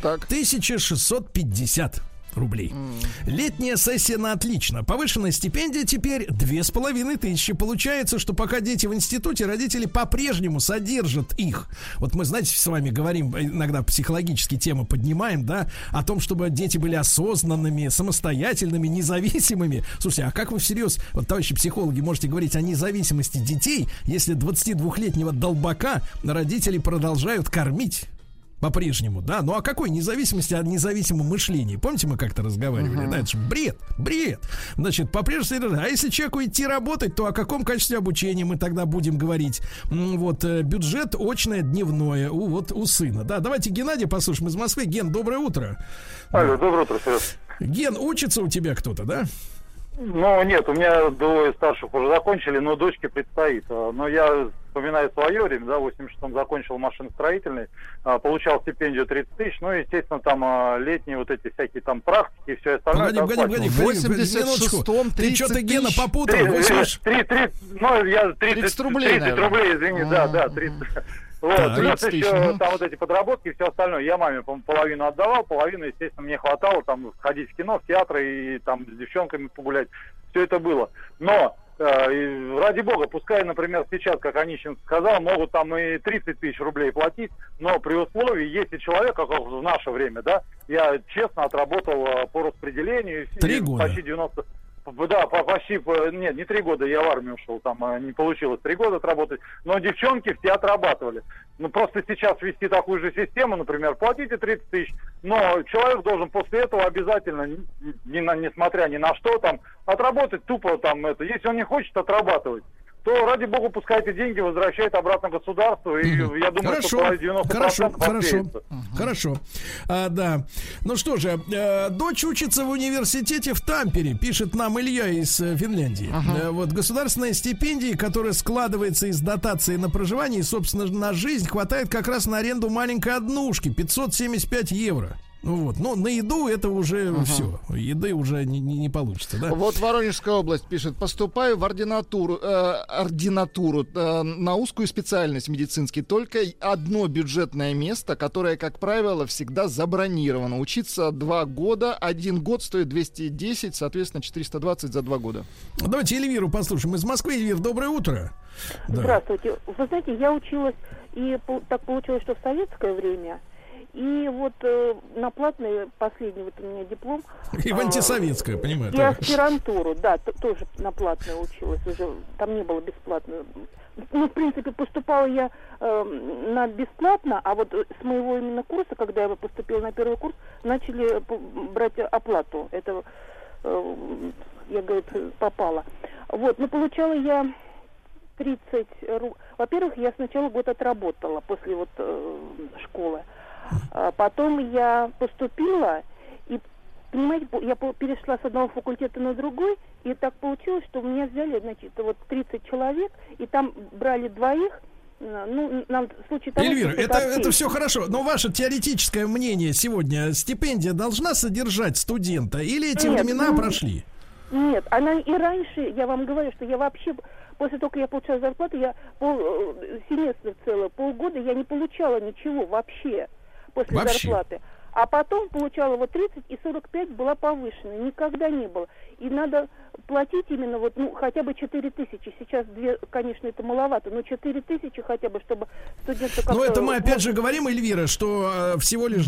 1650 рублей. Летняя сессия на отлично. Повышенная стипендия теперь 2500. Получается, что пока дети в институте, родители по-прежнему содержат их. Вот мы, знаете, с вами говорим, иногда психологические темы поднимаем, да, о том, чтобы дети были осознанными, самостоятельными, независимыми. Слушайте, а как вы всерьез, вот, товарищи психологи, можете говорить о независимости детей, если 22-летнего долбака родители продолжают кормить? по-прежнему, да? Ну, о какой независимости, о независимом мышлении? Помните, мы как-то разговаривали, да? Это же бред. Значит, по-прежнему, а если человеку идти работать, то о каком качестве обучения мы тогда будем говорить? Вот, бюджет очное, дневное, у сына, да? Давайте Геннадия послушаем из Москвы. Ген, доброе утро. Алло, доброе утро, Сереж. Ген, учится у тебя кто-то, да? Ну, нет, у меня двое старших уже закончили, но дочке предстоит. Но я вспоминаю свое время, да, в 86-м закончил машиностроительный, получал стипендию 30 тысяч, ну, естественно, там летние вот эти всякие там практики и все остальное. Погоди, в 86-м 30 ты что-то, Гена, попутал? 30 рублей, 30 рублей, извини, да, 30. Вот, плюс еще там вот эти подработки и все остальное. Я маме половину отдавал, половину, естественно, мне хватало там сходить в кино, в театр и там с девчонками погулять. Все это было. Но, ради бога, пускай, например, сейчас, как Онищенко сказал, могут там и 30 тысяч рублей платить, но при условии, если человек, как в наше время, да, я честно отработал по распределению. 3 года. Почти 90... Да, почти, нет, не 3 года, я в армию ушел, там не получилось 3 года отработать, но девчонки все отрабатывали. Ну, просто сейчас ввести такую же систему, например, платите 30 тысяч, но человек должен после этого обязательно, несмотря ни на что, там, отработать тупо там это. Если он не хочет отрабатывать, то, ради бога, пускай эти деньги возвращает обратно государству. И я думаю, что 90% Хорошо. Да. Ну что же, дочь учится в университете в Тампере, пишет нам Илья из Финляндии. Вот государственная стипендия, которая складывается из дотации на проживание и, собственно, на жизнь, хватает как раз на аренду маленькой однушки, 575 евро. Вот, но на еду это уже все. Еды уже не получится, да? Вот Воронежская область пишет: поступаю в ординатуру на узкую специальность медицинский. Только одно бюджетное место, которое, как правило, всегда забронировано. Учиться 2 года. 1 год стоит 210, соответственно, 420 за 2 года. Давайте Эльвиру послушаем из Москвы. Эльвир, доброе утро. Здравствуйте. Вы знаете, я училась, и так получилось, что в советское время. И вот на платный, последний вот у меня диплом. И в антисоветское, понимаете? И аспирантуру, да, тоже на платное училась. Уже там не было бесплатно. Ну, в принципе, поступала я на бесплатно, а вот с моего именно курса, когда я поступила на первый курс, начали брать оплату. Это, я, говорю, попала. Вот, но получала я 30 рублей. Во-первых, я сначала год отработала после вот школы. Потом я поступила, и, понимаете, я перешла с одного факультета на другой, и так получилось, что меня взяли, значит, вот 30 человек, и там брали 2, ну, нам в случае того... Эльвира, это все хорошо, но ваше теоретическое мнение сегодня: стипендия должна содержать студента, или эти времена прошли? Нет, она и раньше, я вам говорю, что я вообще... После того, как я получала зарплату, я семестр целый, полгода я не получала ничего вообще после зарплаты. А потом получала вот 30 и 45 была повышена. Никогда не было. И надо платить именно вот, ну, хотя бы 4 тысячи. Сейчас 2, конечно, это маловато, но 4 тысячи хотя бы, чтобы студенты... Ну, это мы опять же говорим, Эльвира, что всего лишь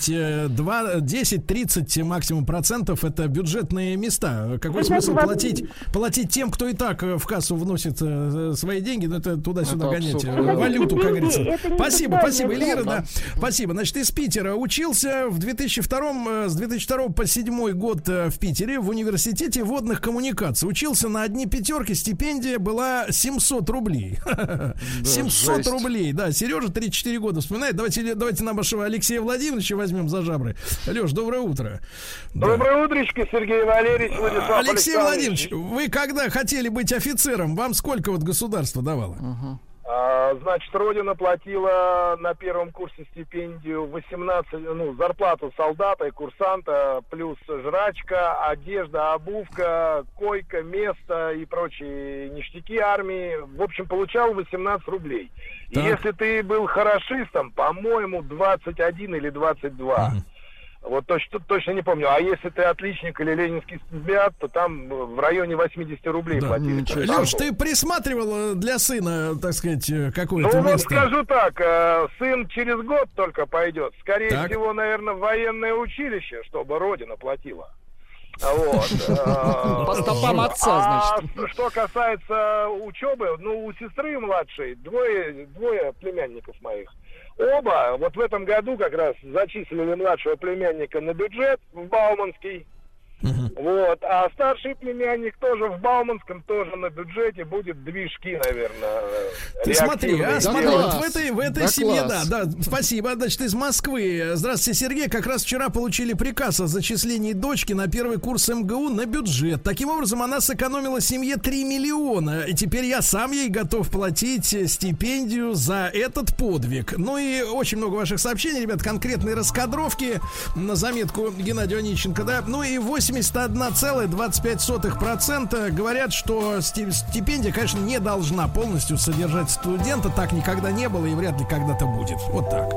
10-30 максимум процентов это бюджетные места. Какой смысл платить тем, кто и так в кассу вносит свои деньги, но это туда-сюда гонять валюту, как говорится. Спасибо, Эльвира, да. Спасибо. Значит, из Питера учился с 2002 по 2007 год в Питере в университете водных коммуникаций. Учился на одни пятерки, стипендия была 700 рублей. 700 рублей, да. Сережа 34 года вспоминает. Давайте нашего Алексея Владимировича возьмем за жабры. Леш, доброе утро. Доброе утречко, Сергей Валерьевич, Владислав Алексей Владимирович, вы когда хотели быть офицером, вам сколько вот государство давало? Значит, Родина платила на первом курсе стипендию 18, зарплату солдата и курсанта, плюс жрачка, одежда, обувка, койка, место и прочие ништяки армии. В общем, получал 18 рублей. Так. И если ты был хорошистом, по-моему, 21 или 22. Вот точно не помню. А если ты отличник или ленинский студент, то там в районе 80 рублей платили. Леш, ты присматривал для сына, так сказать, какое-то место? Ну, скажу так, сын через год только пойдет. Скорее всего, наверное, в военное училище, чтобы Родина платила. Вот. По стопам отца, значит. Что касается учебы, у сестры младшей двое племянников моих. Оба вот в этом году как раз зачислили младшего племянника на бюджет в Бауманский. Вот, а старший племянник тоже в Бауманском, тоже на бюджете, будет движки, наверное. Ты смотри, вот в этой семье, класс. да, спасибо. Значит, из Москвы. Здравствуйте, Сергей. Как раз вчера получили приказ о зачислении дочки на первый курс МГУ на бюджет. Таким образом, она сэкономила семье 3 миллиона. И теперь я сам ей готов платить стипендию за этот подвиг. Ну и очень много ваших сообщений, ребят, конкретные раскадровки на заметку Геннадию Онищенко, да. Ну и 81,25% говорят, что стипендия, конечно, не должна полностью содержать студента. Так никогда не было и вряд ли когда-то будет. Вот так.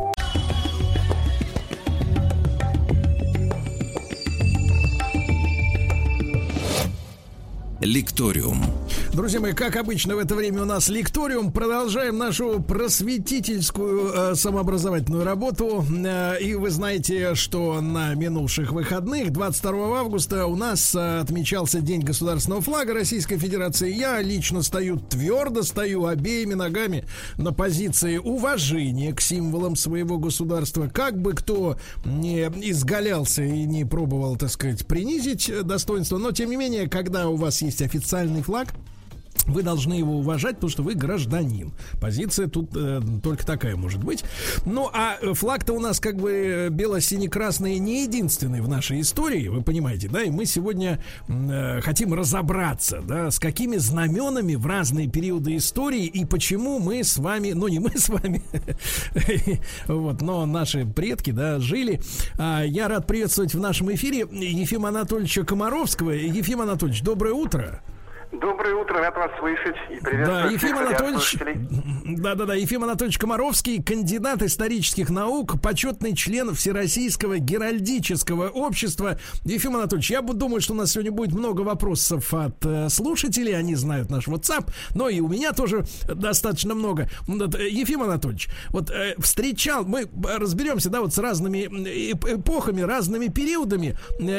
Лекториум. Друзья мои, как обычно в это время у нас лекториум. Продолжаем нашу просветительскую самообразовательную работу. И вы знаете, что на минувших выходных 22 августа у нас отмечался День государственного флага Российской Федерации. Я лично твердо стою обеими ногами на позиции уважения к символам своего государства. Как бы кто не изгалялся и не пробовал, так сказать, принизить достоинство, но тем не менее, когда у вас есть официальный флаг, вы должны его уважать, потому что вы гражданин. Позиция тут только такая может быть. Ну, а флаг-то у нас как бы бело-сине-красный не единственный в нашей истории, вы понимаете, да? И мы сегодня хотим разобраться, да, с какими знаменами в разные периоды истории и почему мы с вами, ну, не мы с вами, вот, но наши предки, да, жили. Я рад приветствовать в нашем эфире Ефима Анатольевича Комаровского. Ефим Анатольевич, доброе утро. Доброе утро, рад вас слышать и приветствую. Да, Ефим Анатольевич, да, Ефим Анатольевич Комаровский, кандидат исторических наук, почетный член Всероссийского геральдического общества. Ефим Анатольевич, я думаю, что у нас сегодня будет много вопросов от слушателей, они знают наш WhatsApp, но и у меня тоже достаточно много. Ефим Анатольевич, вот мы разберемся, да, вот с разными эпохами, разными периодами.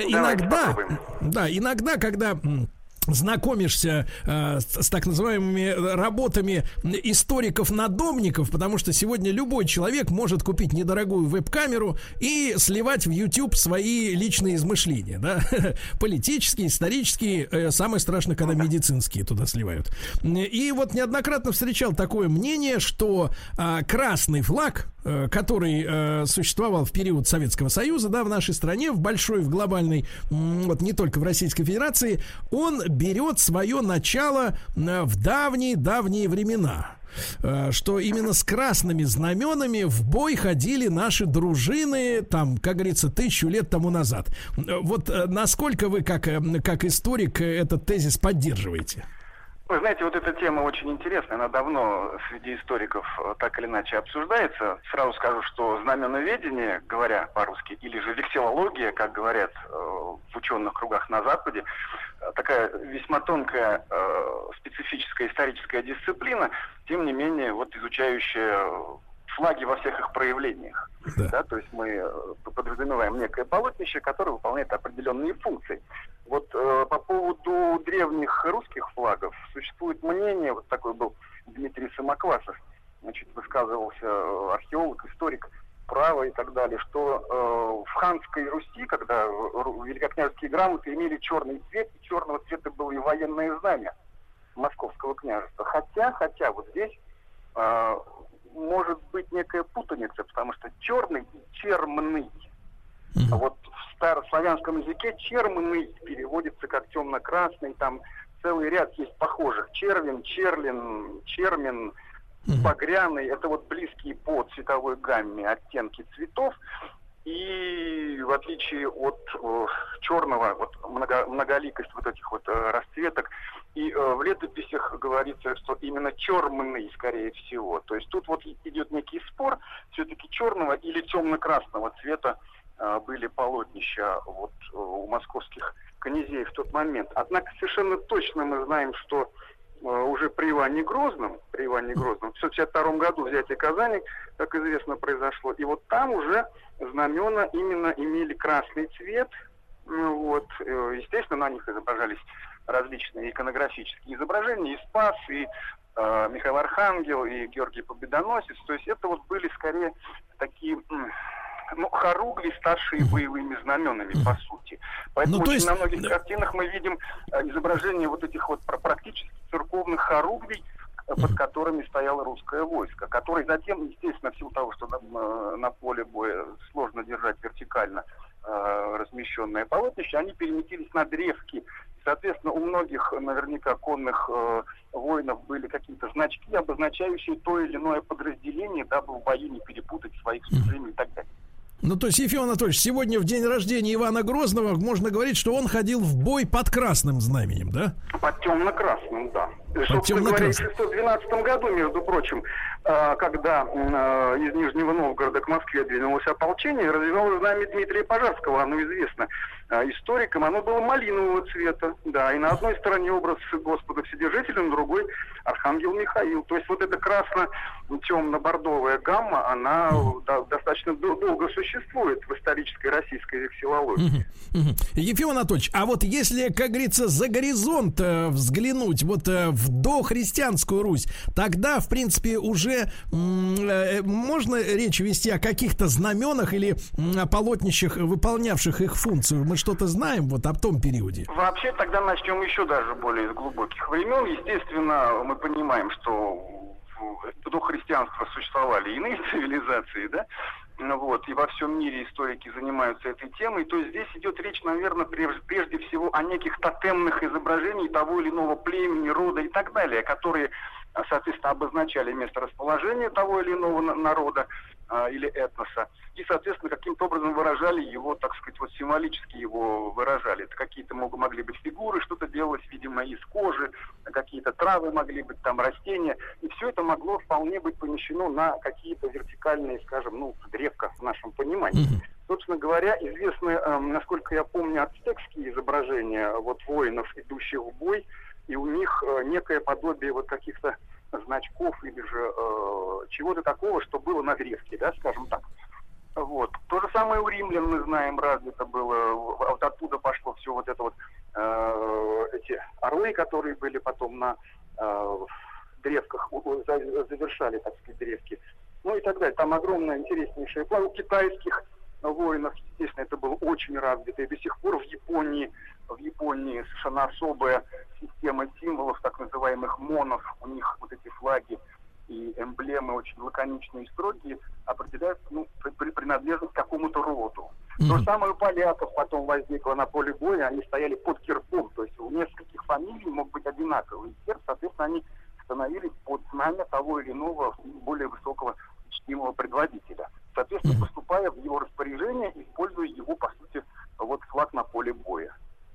Иногда, когда знакомишься с так называемыми работами историков-надомников, потому что сегодня любой человек может купить недорогую веб-камеру и сливать в YouTube свои личные измышления, да? Политические, исторические, самое страшное, когда медицинские туда сливают. И вот неоднократно встречал такое мнение, что красный флаг, который существовал в период Советского Союза, да, в нашей стране, в большой, в глобальной, вот не только в Российской Федерации, он берет свое начало в давние времена. Что именно с красными знаменами в бой ходили наши дружины, там, как говорится, 1000 лет тому назад. Вот насколько вы, как историк, этот тезис поддерживаете? Вы знаете, вот эта тема очень интересная, она давно среди историков так или иначе обсуждается. Сразу скажу, что знаменоведение, говоря по-русски, или же вексилология, как говорят в ученых кругах на Западе, такая весьма тонкая специфическая историческая дисциплина, тем не менее, вот изучающая флаги во всех их проявлениях. Да, то есть мы подразумеваем некое полотнище, которое выполняет определенные функции. Вот по поводу древних русских флагов существует мнение, вот такой был Дмитрий Самоквасов, значит, высказывался археолог, историк права и так далее, что в ханской Руси, когда великокняжеские грамоты имели черный цвет, и черного цвета было и военное знамя Московского княжества. Хотя вот здесь может быть некая путаница, потому что черный и чермный. А вот в старославянском языке чермный переводится как темно-красный, там целый ряд есть похожих. Червин, черлин, чермин, багряный. Это вот близкие по цветовой гамме оттенки цветов. И в отличие от черного, вот многоликость вот этих вот расцветок, и в летописях говорится, что именно чермный, скорее всего. То есть тут вот идет некий спор, все-таки черного или темно-красного цвета были полотнища вот у московских князей в тот момент. Однако совершенно точно мы знаем, что уже при Иване Грозном, в 1962 году взятие Казани, как известно, произошло. И вот там уже знамена именно имели красный цвет, Вот. Естественно, на них изображались различные иконографические изображения, и Спас, и Михаил Архангел, и Георгий Победоносец. То есть это вот были скорее такие... хоругви, старшие боевыми знаменами, по сути. Поэтому есть... на многих картинах мы видим изображение вот этих вот практически церковных хоругвий, под которыми стояло русское войско, которые затем, естественно, в силу того, что на поле боя сложно держать вертикально размещенное полотнище, они переместились на древки. Соответственно, у многих наверняка конных воинов были какие-то значки, обозначающие то или иное подразделение, дабы в бою не перепутать своих служений и так далее. Ну, то есть, Ефим Анатольевич, сегодня в день рождения Ивана Грозного можно говорить, что он ходил в бой под красным знаменем, да? Под темно-красным, да. Под темно-красным. В 612 году, между прочим, когда из Нижнего Новгорода к Москве двинулось ополчение, развивалось знамя Дмитрия Пожарского, оно известно историкам, оно было малинового цвета, да, и на одной стороне образ Господа Вседержителя, на другой Архангел Михаил. То есть вот эта красно-темно-бордовая гамма, она достаточно долго существует в исторической российской вексиллологии. Ефим Анатольевич, а вот если, как говорится, за горизонт взглянуть вот в дохристианскую Русь, тогда, в принципе, уже можно речь вести о каких-то знаменах или о полотнищах, выполнявших их функцию? Мы что-то знаем вот о том периоде? Вообще, тогда начнем еще даже более из глубоких времен. Естественно, мы понимаем, что до христианства существовали иные цивилизации, да? Вот, и во всем мире историки занимаются этой темой, то здесь идет речь, наверное, прежде всего о неких тотемных изображениях того или иного племени, рода и так далее, которые, соответственно, обозначали месторасположение того или иного народа или этноса, и, соответственно, каким-то образом выражали его, так сказать, вот символически его выражали. Это какие-то могли быть фигуры, что-то делалось, видимо, из кожи, какие-то травы могли быть, там, растения, и все это могло вполне быть помещено на какие-то вертикальные, скажем, древка в нашем понимании. Собственно говоря, известны, насколько я помню, ацтекские изображения вот воинов, идущих в бой, и у них некое подобие вот каких-то значков или же чего-то такого, что было на древке, да, скажем так. Вот. То же самое у римлян, мы знаем, развито было. Вот оттуда пошло все вот это вот, эти орлы, которые были потом на древках, завершали, так сказать, древки. Ну и так далее. Там огромное интереснейшее план. У китайских воинов, естественно, это было очень развито. И до сих пор в Японии совершенно особая система символов, так называемых монов. У них вот эти флаги и эмблемы очень лаконичные и строгие, определяют принадлежность к какому-то роду. То же самое у поляков потом возникло на поле боя, они стояли под гербом, то есть у нескольких фамилий мог быть одинаковый герб, соответственно, они становились под знамя того или иного более высокого чтимого предводителя. Соответственно, поступая в его распоряжение, используя его, по сути, вот флаг на поле боя.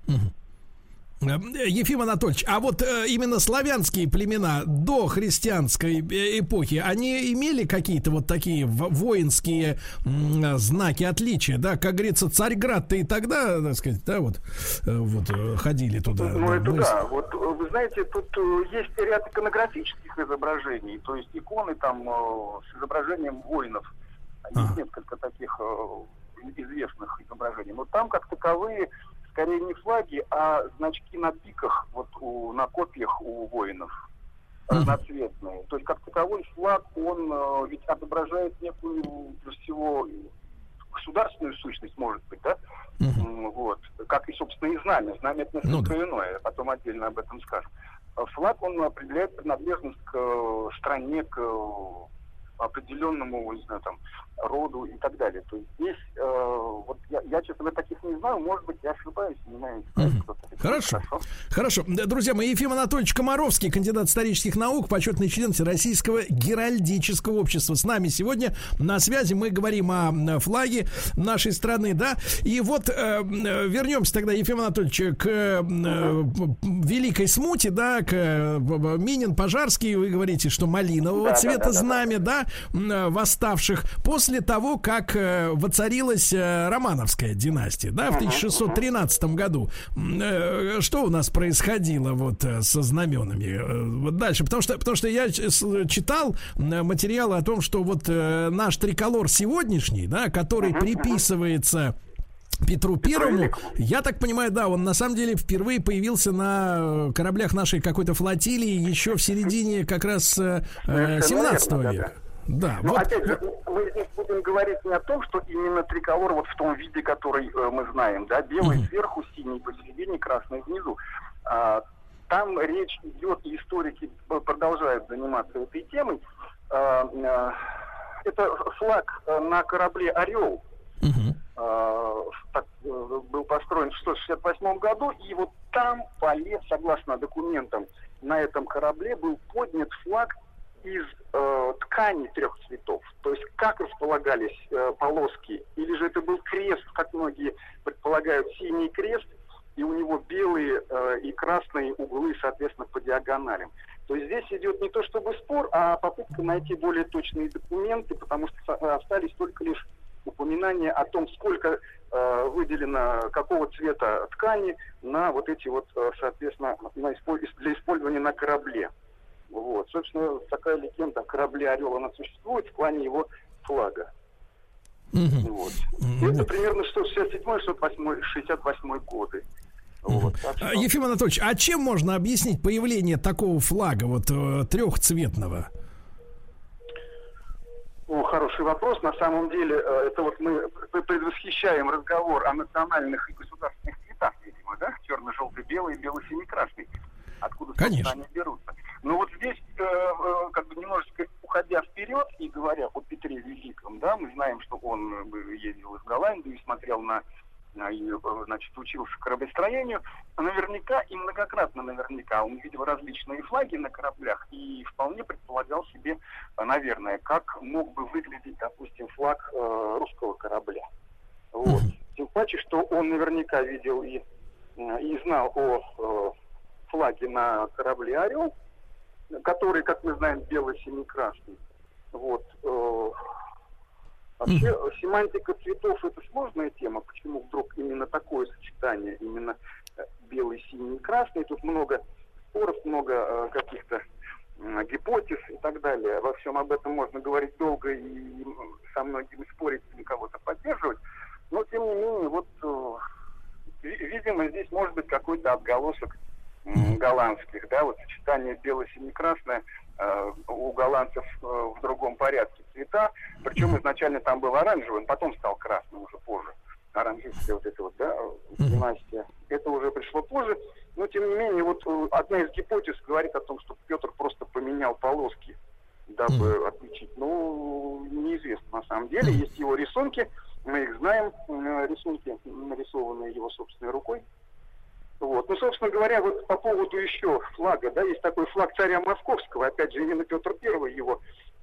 Ефим Анатольевич, а вот именно славянские племена до христианской эпохи, они имели какие-то вот такие воинские знаки отличия, да, как говорится, Царьград-то и тогда, так сказать, да, вот ходили туда. Ну, это да, вот вы знаете, тут есть ряд иконографических изображений, то есть иконы там с изображением воинов, есть несколько таких известных изображений, но там как таковые скорее не флаги, а значки на пиках, вот на копьях у воинов, разноцветные. То есть, как таковой флаг, он ведь отображает некую, прежде всего, государственную сущность, может быть, да? Вот. Как и, собственно, и знамя. Знамя — это несколько иное, потом отдельно об этом скажем. Флаг, он определяет принадлежность к стране, к определенному, не знаю, там, роду и так далее. То есть здесь, вот я, честно говоря, таких не знаю, может быть, я ошибаюсь, не знаю. Хорошо. Друзья мои, Ефим Анатольевич Комаровский, кандидат исторических наук, почетный член Всероссийского геральдического общества. С нами сегодня на связи, мы говорим о флаге нашей страны, да, и вот вернемся тогда, Ефим Анатольевич, к Великой Смуте, да, к Минин, Пожарский, вы говорите, что малинового цвета знамя, да, восставших, после того, как воцарилась Романовская династия, да, в 1613 году. Что у нас происходило вот со знаменами? Вот дальше, потому что я читал материалы о том, что вот наш триколор сегодняшний, да, который приписывается Петру Первому. Я так понимаю, да, он на самом деле впервые появился на кораблях нашей какой-то флотилии еще в середине как раз 17 века. Да, но вот, опять же, мы здесь будем говорить не о том, что именно триколор вот в том виде, который мы знаем, да, белый сверху, синий посередине, красный внизу. Там речь идет, и историки продолжают заниматься этой темой. Это флаг на корабле «Орел». Был построен в 1968 году, и вот там, согласно документам, на этом корабле был поднят флаг из ткани 3 цветов. То есть как располагались полоски, или же это был крест, как многие предполагают, синий крест, и у него белые и красные углы, соответственно, по диагоналям. То есть здесь идет не то чтобы спор, а попытка найти более точные документы, потому что остались только лишь упоминания о том, сколько выделено какого цвета ткани на вот эти вот, соответственно, для использования на корабле. Вот. Собственно, такая легенда о корабле «Орел», она существует в плане его флага. Вот. Это примерно 67-68 годы. Вот, что... Ефим Анатольевич, а чем можно объяснить появление такого флага, вот трехцветного? Хороший вопрос. На самом деле, это вот мы предвосхищаем разговор о национальных и государственных цветах, видимо, да? Черно-желтый, белый, бело-синий-красный. Откуда, собственно, они берутся. Но вот здесь, как бы немножечко уходя вперед и говоря о Петре Великом, да, мы знаем, что он ездил из Голландии и смотрел значит, учился кораблестроению. Наверняка и многократно наверняка он видел различные флаги на кораблях и вполне предполагал себе, наверное, как мог бы выглядеть, допустим, флаг русского корабля. Вот. Тем паче, что он наверняка видел и знал о флаге на корабле «Орел», который, как мы знаем, бело-синий-красный. Вот. Вообще, семантика цветов — это сложная тема. Почему вдруг именно такое сочетание, именно белый, синий и красный? Тут много споров, много каких-то гипотез и так далее. Во всем об этом можно говорить долго и со многими спорить, или кого-то поддерживать. Но, тем не менее, вот, видимо, здесь может быть какой-то отголосок голландских, да, вот сочетание бело-сине-красное, у голландцев в другом порядке цвета, причем изначально там был оранжевый, потом стал красным уже позже. Оранжевая вот это вот, да, династия. Это уже пришло позже, но тем не менее, вот одна из гипотез говорит о том, что Петр просто поменял полоски, дабы отличить. Ну, неизвестно на самом деле. Есть его рисунки, мы их знаем, рисунки, нарисованные его собственной рукой. Вот. Ну, собственно говоря, вот по поводу еще флага, да, есть такой флаг царя Московского, опять же, именно Петр I его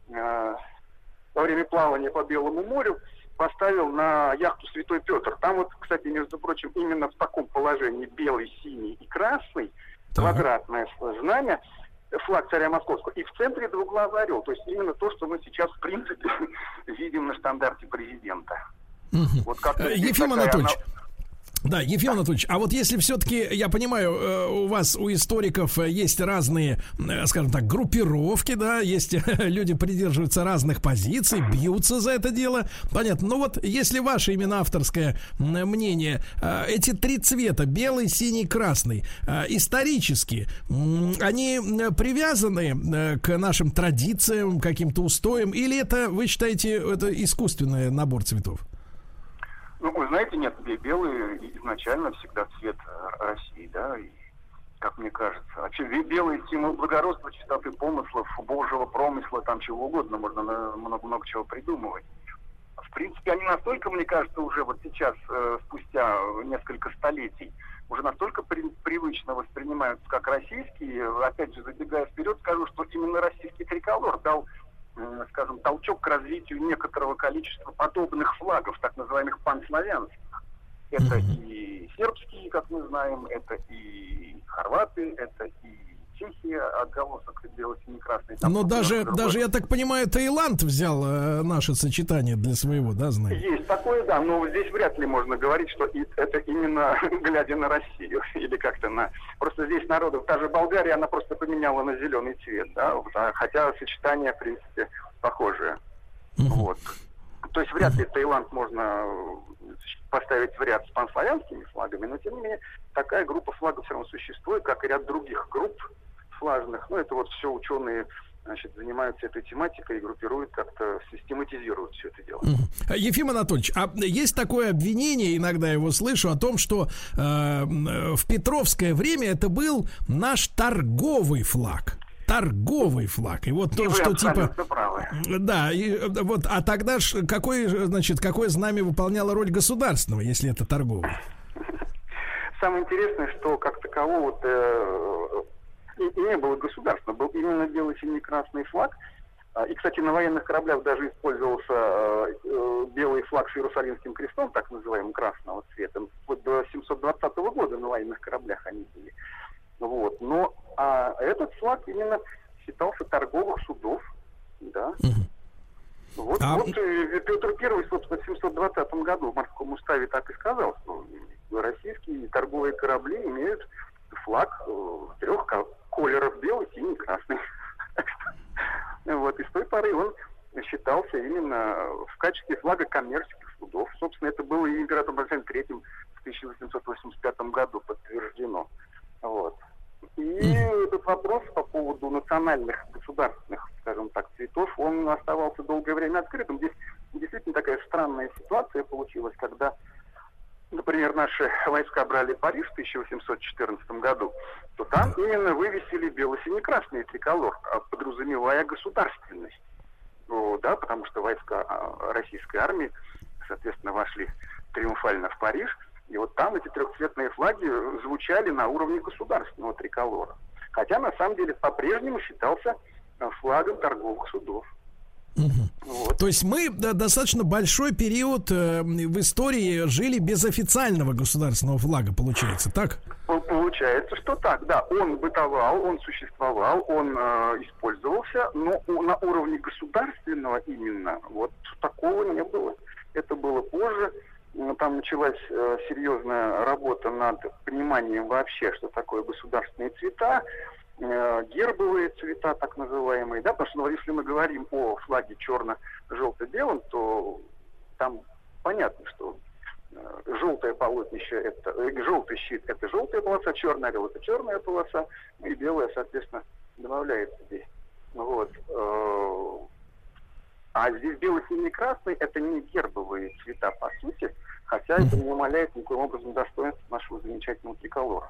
во время плавания по Белому морю поставил на яхту «Святой Петр». Там вот, кстати, между прочим, именно в таком положении белый, синий и красный, квадратное знамя, флаг царя Московского, и в центре двуглавый орел. То есть именно то, что мы сейчас, в принципе, видим на стандарте президента. Вот как Ефим Анатольевич, да, Ефим Анатольевич, а вот если все-таки, я понимаю, у вас, у историков есть разные, скажем так, группировки, да, есть люди придерживаются разных позиций, бьются за это дело, понятно, но вот если ваше именно авторское мнение, эти три цвета, белый, синий, красный, исторически, они привязаны к нашим традициям, каким-то устоям, или это, вы считаете, это искусственный набор цветов? Ну, вы знаете, нет, белый изначально всегда цвет России, да, и, как мне кажется. Вообще, белый символ благородства, чистоты помыслов, божьего промысла, там чего угодно, можно много чего придумывать. В принципе, они настолько, мне кажется, уже вот сейчас, спустя несколько столетий, уже настолько привычно воспринимаются как российские. Опять же, забегая вперед, скажу, что именно российский триколор дал, скажем, толчок к развитию некоторого количества подобных флагов, так называемых панславянских. Это и сербские, как мы знаем, это и хорваты, это и Чехия, отголосок бело-сине-красный. Но даже, я так понимаю, Таиланд взял наше сочетание для своего, да, знаете? Есть такое, да, но здесь вряд ли можно говорить, что это именно глядя на Россию, или как-то на... Просто здесь народов, та же Болгария, она просто поменяла на зеленый цвет, да, хотя сочетание, в принципе, похожее. Вот. То есть вряд ли Таиланд можно поставить в ряд с панславянскими флагами, но тем не менее такая группа флагов все равно существует, как и ряд других групп флажных. Ну, это вот все ученые, значит, занимаются этой тематикой и группируют, как-то систематизируют все это дело. Ефим Анатольевич, а есть такое обвинение, иногда его слышу, о том, что в петровское время это был наш торговый флаг. Торговый флаг. И вот то, что типа... правы. Да, и вот, а тогда ж какое знамя выполняло роль государственного, если это торговый? Самое интересное, что как такового и не было государственного, был именно бело-синий-красный флаг. И, кстати, на военных кораблях даже использовался белый флаг с Иерусалимским крестом, так называемым, красного цвета. Вот до 720 года на военных кораблях они были. Вот. Но этот флаг именно считался торговых судов, да. Вот Петр I, собственно, в 720 году в морском уставе так и сказал, что российские торговые корабли имеют флаг 3 колеров: белый, синий, красный. Вот. И с той поры он считался именно в качестве флага коммерческих судов. Собственно, это было и императором Александром III в 1885 году подтверждено. Вот. И этот вопрос по поводу национальных, государственных, скажем так, цветов, он оставался долгое время открытым. Здесь действительно такая странная ситуация получилась, когда, например, наши войска брали Париж в 1814 году, то там именно вывесили бело-сине-красный триколор, подразумевая государственность. Да, потому что войска российской армии, соответственно, вошли триумфально в Париж. И вот там эти трехцветные флаги звучали на уровне государственного триколора. Хотя, на самом деле, по-прежнему считался флагом торговых судов. Вот. То есть мы достаточно большой период в истории жили без официального государственного флага, получается, так? Получается, что так, да. Он бытовал, он существовал, он использовался, но на уровне государственного именно вот такого не было. Это было позже. Там началась серьезная работа над пониманием вообще, что такое государственные цвета, гербовые цвета, так называемые, да, потому что если мы говорим о флаге черно-желто-белом, то там понятно, что желтое полотнище это желтый щит, это желтая полоса, черный орел это черная полоса, и белая, соответственно, добавляется здесь. Вот. А здесь бело-синий-красный это не гербовые цвета по сути, хотя это не умаляет никаким образом достоинства нашего замечательного триколора.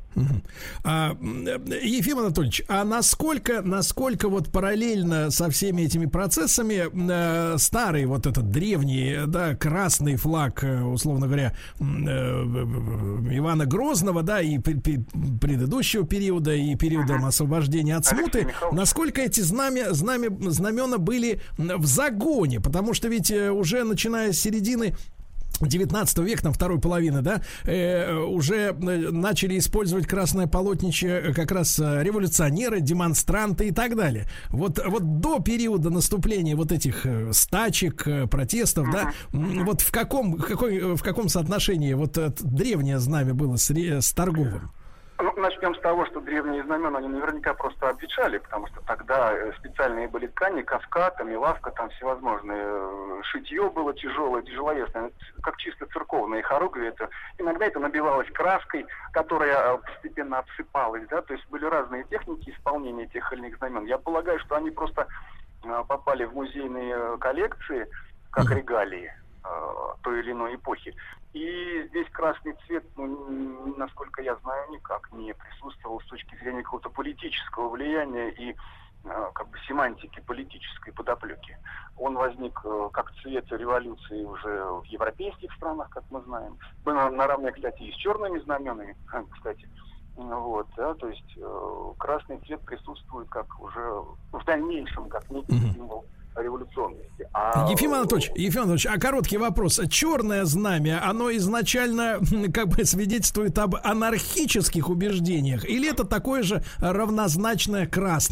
Ефим Анатольевич, а насколько вот параллельно со всеми этими процессами старый вот этот древний, да, красный флаг, условно говоря, Ивана Грозного, да, и предыдущего периода, и периода освобождения от смуты, насколько эти знамена были в загоне, потому что ведь уже начиная с середины 19 века, там второй половины, да, уже начали использовать красное полотнище как раз революционеры, демонстранты и так далее. Вот до периода наступления вот этих стачек, протестов, да, вот в каком соотношении вот древнее знамя было с торговым? Ну, начнем с того, что древние знамена, они наверняка просто обветшали, потому что тогда специальные были ткани, кафка, там и лавка, там всевозможные. Шитье было тяжеловесное, как чисто церковные хоругви. Иногда это набивалось краской, которая постепенно обсыпалась, да, то есть были разные техники исполнения тех или иных знамен. Я полагаю, что они просто попали в музейные коллекции, как регалии той или иной эпохи. И здесь красный цвет, насколько я знаю, никак не присутствовал с точки зрения какого-то политического влияния и как бы семантики политической подоплеки. Он возник как цвет революции уже в европейских странах, как мы знаем. Наравне, кстати, и с черными знаменами, кстати. Вот, да, то есть красный цвет присутствует как уже в дальнейшем, как некий символ революционности. Ефим Анатольевич, а короткий вопрос. Черное знамя, оно изначально как бы свидетельствует об анархических убеждениях, или это такое же равнозначное красному?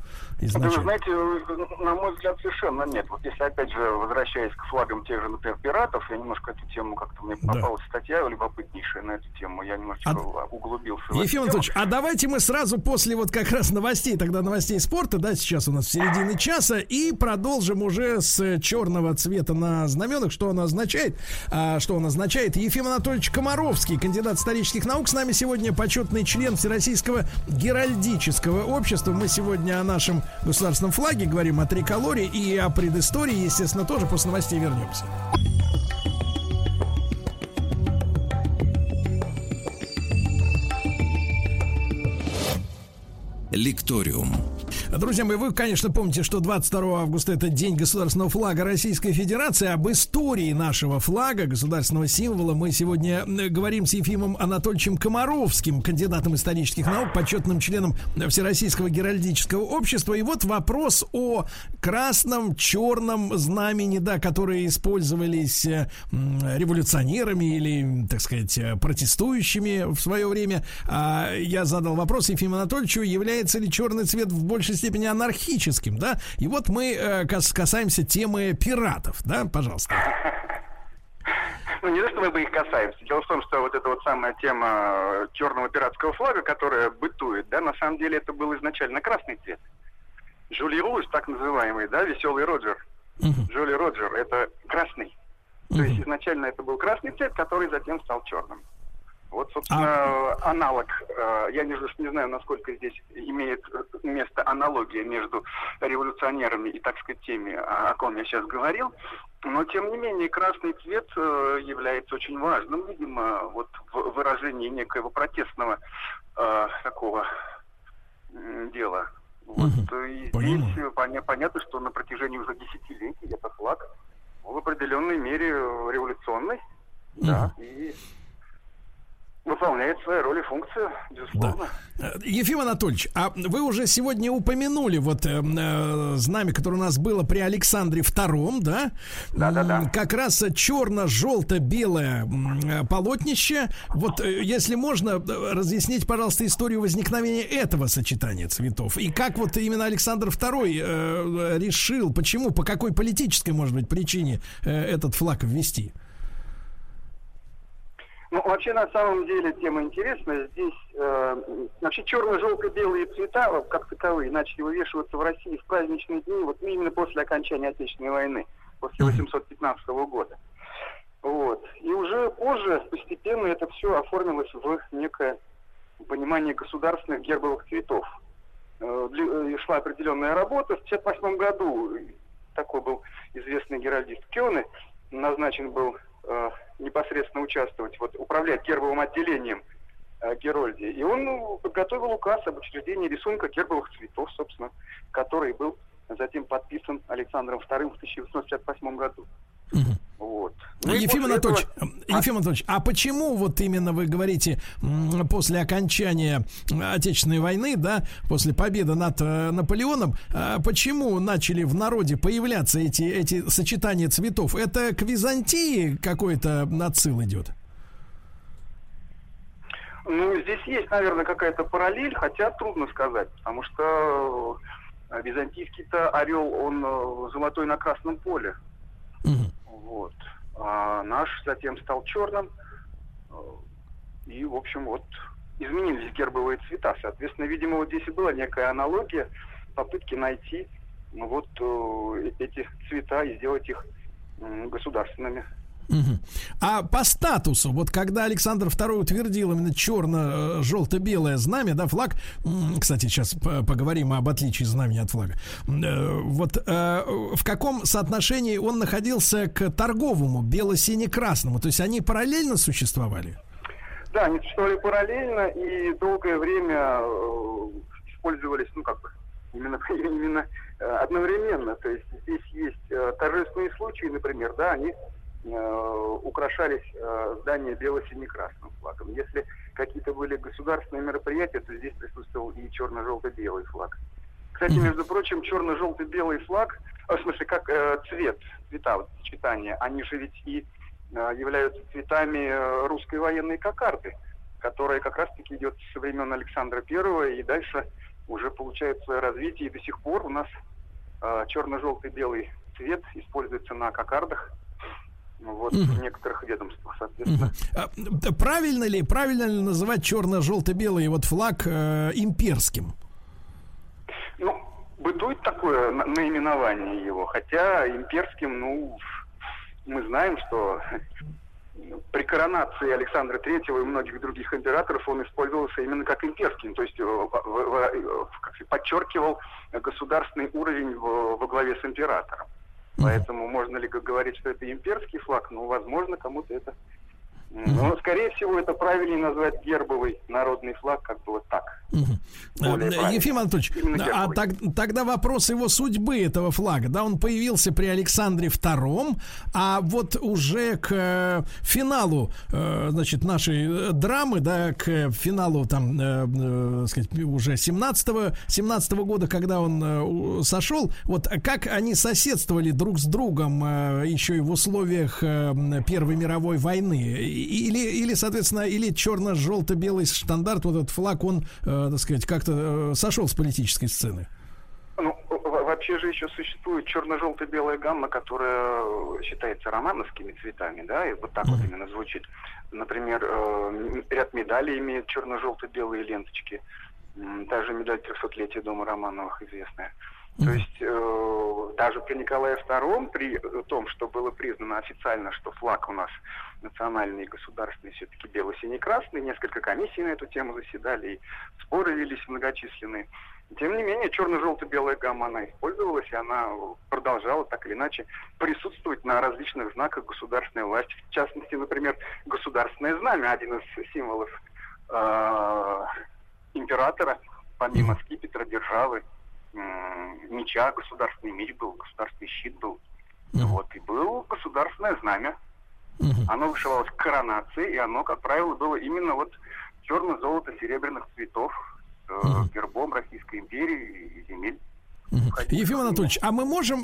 изначально? Вы знаете, на мой взгляд, совершенно нет. Вот если, опять же, возвращаясь к флагам тех же, например, пиратов, я немножко эту тему, как-то мне попалась статья любопытнейшая на эту тему, я немножечко углубился. Ефим Анатольевич, а давайте мы сразу после вот как раз новостей, тогда новостей спорта, да, сейчас у нас в середине часа, и продолжим уже с черного цвета на знаменах, что он означает. Ефим Анатольевич Комаровский, кандидат исторических наук, с нами сегодня почетный член Всероссийского геральдического общества. Мы сегодня о нашем государственном флаге говорим, о триколоре и о предыстории, естественно, тоже после новостей вернемся. Лекториум. Друзья мои, вы, конечно, помните, что 22 августа это день государственного флага Российской Федерации. Об истории нашего флага, государственного символа, мы сегодня говорим с Ефимом Анатольевичем Комаровским, кандидатом исторических наук, почетным членом Всероссийского геральдического общества. И вот вопрос о красном, черном знамени, да, которые использовались революционерами или, так сказать, протестующими в свое время. Я задал вопрос Ефиму Анатольевичу, является ли черный цвет в большей степени анархическим, да? И вот мы касаемся темы пиратов, да, пожалуйста. Ну, не то, что мы их касаемся. Дело в том, что вот эта вот самая тема черного пиратского флага, которая бытует, да, на самом деле это был изначально красный цвет. Жюли Руж, так называемый, да, веселый Роджер. Жюли Роджер, это красный. То есть изначально это был красный цвет, который затем стал черным. Вот, собственно, аналог. Я не знаю, насколько здесь имеет место аналогия между революционерами и, так сказать, теми, о ком я сейчас говорил. Но, тем не менее, красный цвет является очень важным, видимо, вот в выражении некоего протестного такого дела. Вот, и здесь понятно, что на протяжении уже десятилетий этот флаг в определенной мере революционный, да, и выполняет свою роль и функцию, безусловно. Да. Ефим Анатольевич, а вы уже сегодня упомянули вот знамя, которое у нас было при Александре II, да? Да. Как раз черно-желто-белое полотнище. Вот если можно, разъяснить, пожалуйста, историю возникновения этого сочетания цветов. И как вот именно Александр II решил, почему, по какой политической, может быть, причине этот флаг ввести? Ну, вообще, на самом деле, тема интересная. Здесь вообще черно-желто-белые цвета, как таковые, начали вывешиваться в России в праздничные дни, вот именно после окончания Отечественной войны, после 1815 года. Вот. И уже позже постепенно это все оформилось в некое понимание государственных гербовых цветов. Шла определенная работа. В 1958 году такой был известный геральдист Кёне, назначен был непосредственно участвовать, вот, управлять гербовым отделением Герольдии. И он подготовил указ об учреждении рисунка гербовых цветов, собственно, который был затем подписан Александром II в 1858 году. Вот. Ну, Ефим Анатольевич, а почему вот именно вы говорите после окончания Отечественной войны, да, после победы над Наполеоном, почему начали в народе появляться эти сочетания цветов? Это к Византии какой-то отсыл идет? Ну, здесь есть, наверное, какая-то параллель, хотя трудно сказать, потому что византийский-то орел, он золотой на красном поле. Вот. А наш затем стал черным. И, в общем, вот изменились гербовые цвета. Соответственно, видимо, вот здесь и была некая аналогия, попытки найти вот эти цвета и сделать их государственными. А по статусу, вот когда Александр II утвердил именно черно-желто-белое знамя, да, флаг, кстати, сейчас поговорим об отличии знамени от флага, вот в каком соотношении он находился к торговому бело-сине-красному, то есть они параллельно существовали? Да, они существовали параллельно и долгое время использовались, ну, как бы, именно одновременно, то есть здесь есть торжественные случаи, например, да, они украшались здания бело-сине-красным флагом. Если какие-то были государственные мероприятия, то здесь присутствовал и черно-желто-белый флаг. Кстати, между прочим, черно-желто-белый флаг, в смысле, как цвета, вот, сочетания, они же ведь и являются цветами русской военной кокарды, которая как раз-таки идет со времен Александра I и дальше уже получает свое развитие, и до сих пор у нас черно-желтый-белый цвет используется на кокардах. Вот, в некоторых ведомствах, соответственно. Правильно ли называть черно-желто-белый вот флаг имперским? Ну, бытует такое наименование его, хотя имперским, мы знаем, что при коронации Александра III и многих других императоров он использовался именно как имперским, то есть подчеркивал государственный уровень во главе с императором. Поэтому можно ли говорить, что это имперский флаг? Возможно, кому-то это... Но, скорее всего, это правильнее назвать гербовый народный флаг, как бы вот так. Ефим Анатольевич, тогда вопрос его судьбы, этого флага. Да, он появился при Александре II, а вот уже к финалу, значит, нашей драмы, да, к финалу, там, сказать, уже 17-го года, когда он сошел, вот как они соседствовали друг с другом еще и в условиях Первой мировой войны? Или, соответственно, или черно-желто-белый штандарт, вот этот флаг, он, так сказать, как-то сошел с политической сцены? Вообще же еще существует черно-желто-белая гамма, которая считается романовскими цветами, да, и вот так вот именно звучит. Например, ряд медалей имеет черно-желто-белые ленточки. Та же медаль 300-летия дома Романовых известная. То есть даже при Николае II, при том, что было признано официально, что флаг у нас национальный и государственный все-таки бело-синий-красный, несколько комиссий на эту тему заседали, и споры велись многочисленные. Тем не менее, черно-желто-белая гамма, она использовалась, и она продолжала так или иначе присутствовать на различных знаках государственной власти. В частности, например, государственное знамя, один из символов императора, помимо скипетра, державы, меча, государственный меч был, государственный щит был. Вот, и было государственное знамя. Оно вышивалось к коронации, и оно, как правило, было именно вот черно-золото-серебряных цветов с гербом Российской империи и земель. Ефим Анатольевич, а мы можем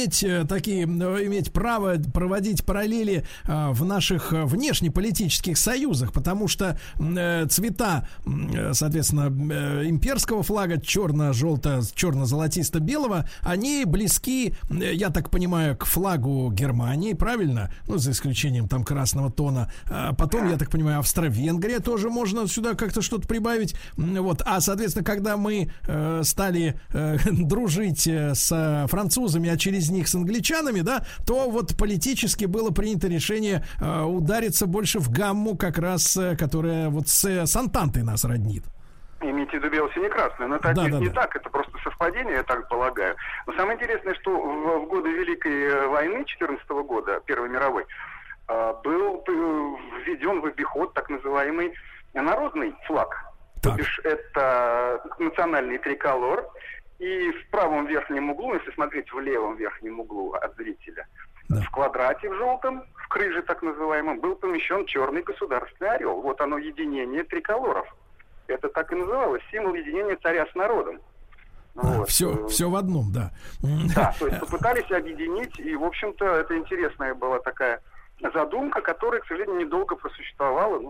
иметь право проводить параллели в наших внешнеполитических союзах, потому что цвета, соответственно, имперского флага черно-золотисто-белого, они близки, я так понимаю, к флагу Германии, правильно? За исключением там красного тона. Потом, я так понимаю, Австро-Венгрия тоже можно сюда как-то что-то прибавить. Вот. А, соответственно, когда мы стали дружить с французами, а через них с англичанами, да, то вот политически было принято решение удариться больше в гамму, как раз, которая вот с Антантой нас роднит. Имейте в виду бело-сине-красную, но это не так, это просто совпадение, я так полагаю. Но самое интересное, что в годы Великой войны 14 года, Первой мировой, был введен в обиход так называемый народный флаг. То бишь это национальный триколор. И в правом верхнем углу, если смотреть в левом верхнем углу от зрителя, в квадрате в желтом, в крыже так называемом, был помещен черный государственный орел. Вот оно, единение триколоров. Это так и называлось, символ единения царя с народом. Вот. Все в одном, да. Да, то есть попытались объединить, и, в общем-то, это интересная была такая задумка, которая, к сожалению, недолго просуществовала.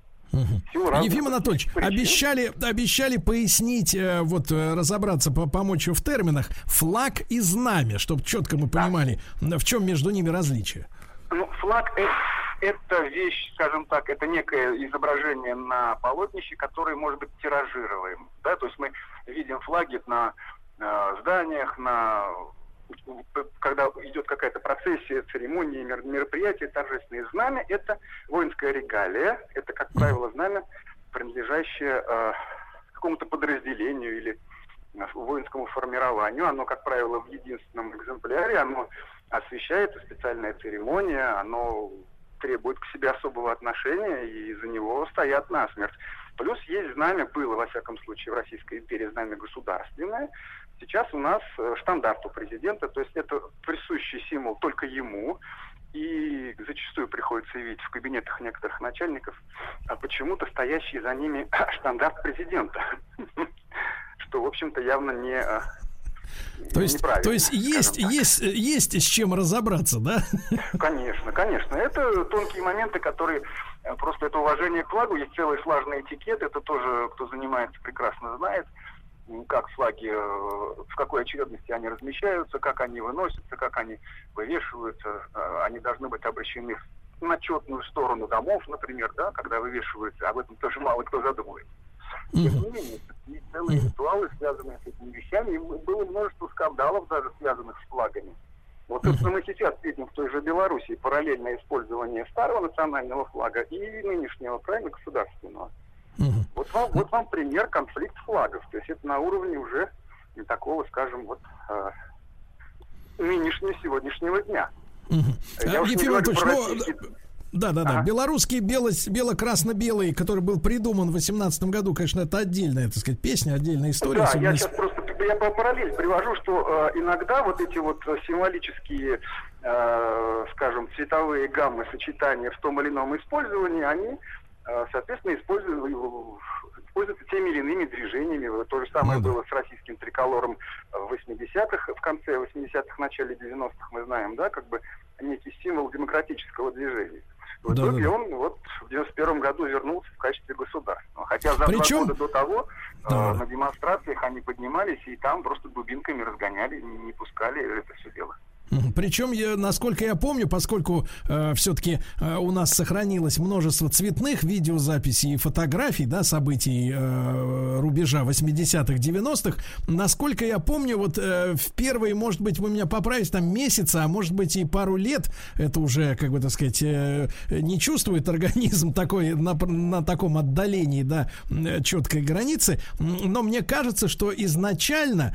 Ефим Анатольевич, обещали пояснить, разобраться, помочь в терминах флаг и знамя, чтобы четко мы понимали, в чем между ними различие. Флаг это вещь, скажем так, это некое изображение на полотнище, которое может быть тиражируем. Да? То есть мы видим флаги на зданиях, когда идет какая-то процессия, церемония, мероприятие, торжественные. Знамя — это воинская регалия, это, как правило, знамя, принадлежащее какому-то подразделению или воинскому формированию. Оно, как правило, в единственном экземпляре, оно освещается, специальная церемония, оно требует к себе особого отношения, и за него стоят насмерть. Плюс есть знамя, было, во всяком случае, в Российской империи знамя государственное. Сейчас у нас штандарт у президента, то есть это присущий символ только ему, и зачастую приходится видеть в кабинетах некоторых начальников почему-то стоящий за ними штандарт президента, что, в общем-то, явно не... То есть есть с чем разобраться, да? Конечно. Это тонкие моменты, которые просто это уважение к флагу. Есть целый флажный этикет. Это тоже, кто занимается, прекрасно знает. как флаги, в какой очередности они размещаются, как они выносятся, как они вывешиваются. Они должны быть обращены на четную сторону домов, например, да, когда вывешиваются. Об этом тоже мало кто задумывается. Тем не менее, есть целые ритуалы, связанные с этими вещами. И было множество скандалов даже, связанных с флагами. Вот, собственно, мы сейчас видим в той же Белоруссии параллельное использование старого национального флага и нынешнего, правильно, государственного. Вот вам пример конфликт флагов. То есть это на уровне уже такого, скажем, вот нынешнего, сегодняшнего дня. Ефим Анатольевич, да. Белорусский бело-красно-белый, который был придуман в 2018 году, конечно, это отдельная, так сказать, песня, отдельная история. Да, я сейчас просто параллель привожу, что иногда вот эти вот символические, скажем, цветовые гаммы, сочетания в том или ином использовании, они, соответственно, используются теми или иными движениями. То же самое было с российским триколором в 80-х, в конце 80-х, начале 90-х, мы знаем, да, как бы некий символ демократического движения. В итоге он вот в 91 году вернулся в качестве государственного. Хотя за 2 года до того на демонстрациях они поднимались и там просто дубинками разгоняли, не пускали это все дело. Причем, насколько я помню, поскольку все-таки у нас сохранилось множество цветных видеозаписей и фотографий, да, событий рубежа 80-х, 90-х, насколько я помню, вот в первые, может быть, вы меня поправите, там месяца, а может быть и пару лет, это уже, как бы, так сказать, не чувствует организм такой, на таком отдалении, да, четкой границы, но мне кажется, что изначально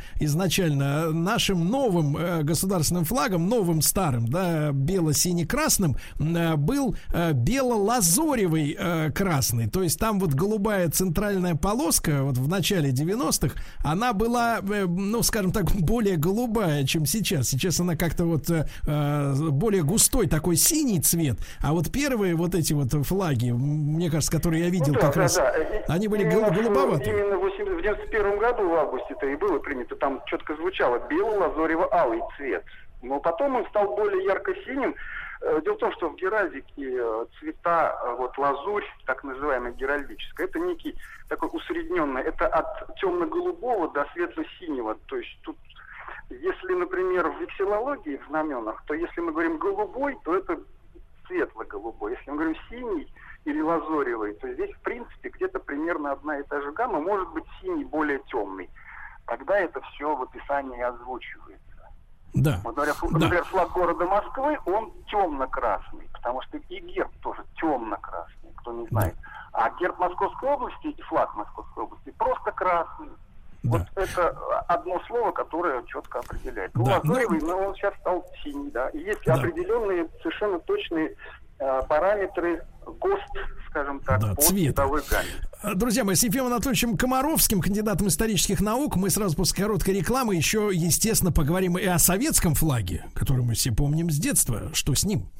нашим новым государственным флагом, новым старым, да, бело-сине-красным, был бело-лазоревый красный. То есть там вот голубая центральная полоска, вот в начале 90-х, она была, ну, скажем так, более голубая, чем сейчас. Сейчас она как-то вот более густой такой синий цвет. А вот первые вот эти вот флаги, мне кажется, которые я видел, они были голубоватые. Именно в 91 году, в августе-то и было принято, там четко звучало бело-лазорево-алый цвет. Но потом он стал более ярко-синим. Дело в том, что в геральдике цвета, вот лазурь, так называемая геральдическая, это некий такой усредненный, это от темно-голубого до светло-синего. То есть тут, если, например, в вексилологии, в знаменах, то если мы говорим голубой, то это светло-голубой. Если мы говорим синий или лазоревый, то здесь, в принципе, где-то примерно одна и та же гамма, может быть, синий более темный. Тогда это все в описании озвучивается. Да. Вот, например, флаг города Москвы, он темно-красный, потому что и герб тоже темно-красный, кто не знает. А герб Московской области и флаг Московской области просто красный. Да. Вот это одно слово, которое четко определяет. Лазоревый, но он сейчас стал синий, да. И есть определенные совершенно точные параметры ГОСТ, скажем так, по цветовой гамме. Друзья мои, с Ефимом Анатольевичем Комаровским, кандидатом исторических наук, мы сразу после короткой рекламы еще, естественно, поговорим и о советском флаге, который мы все помним с детства. Что с ним?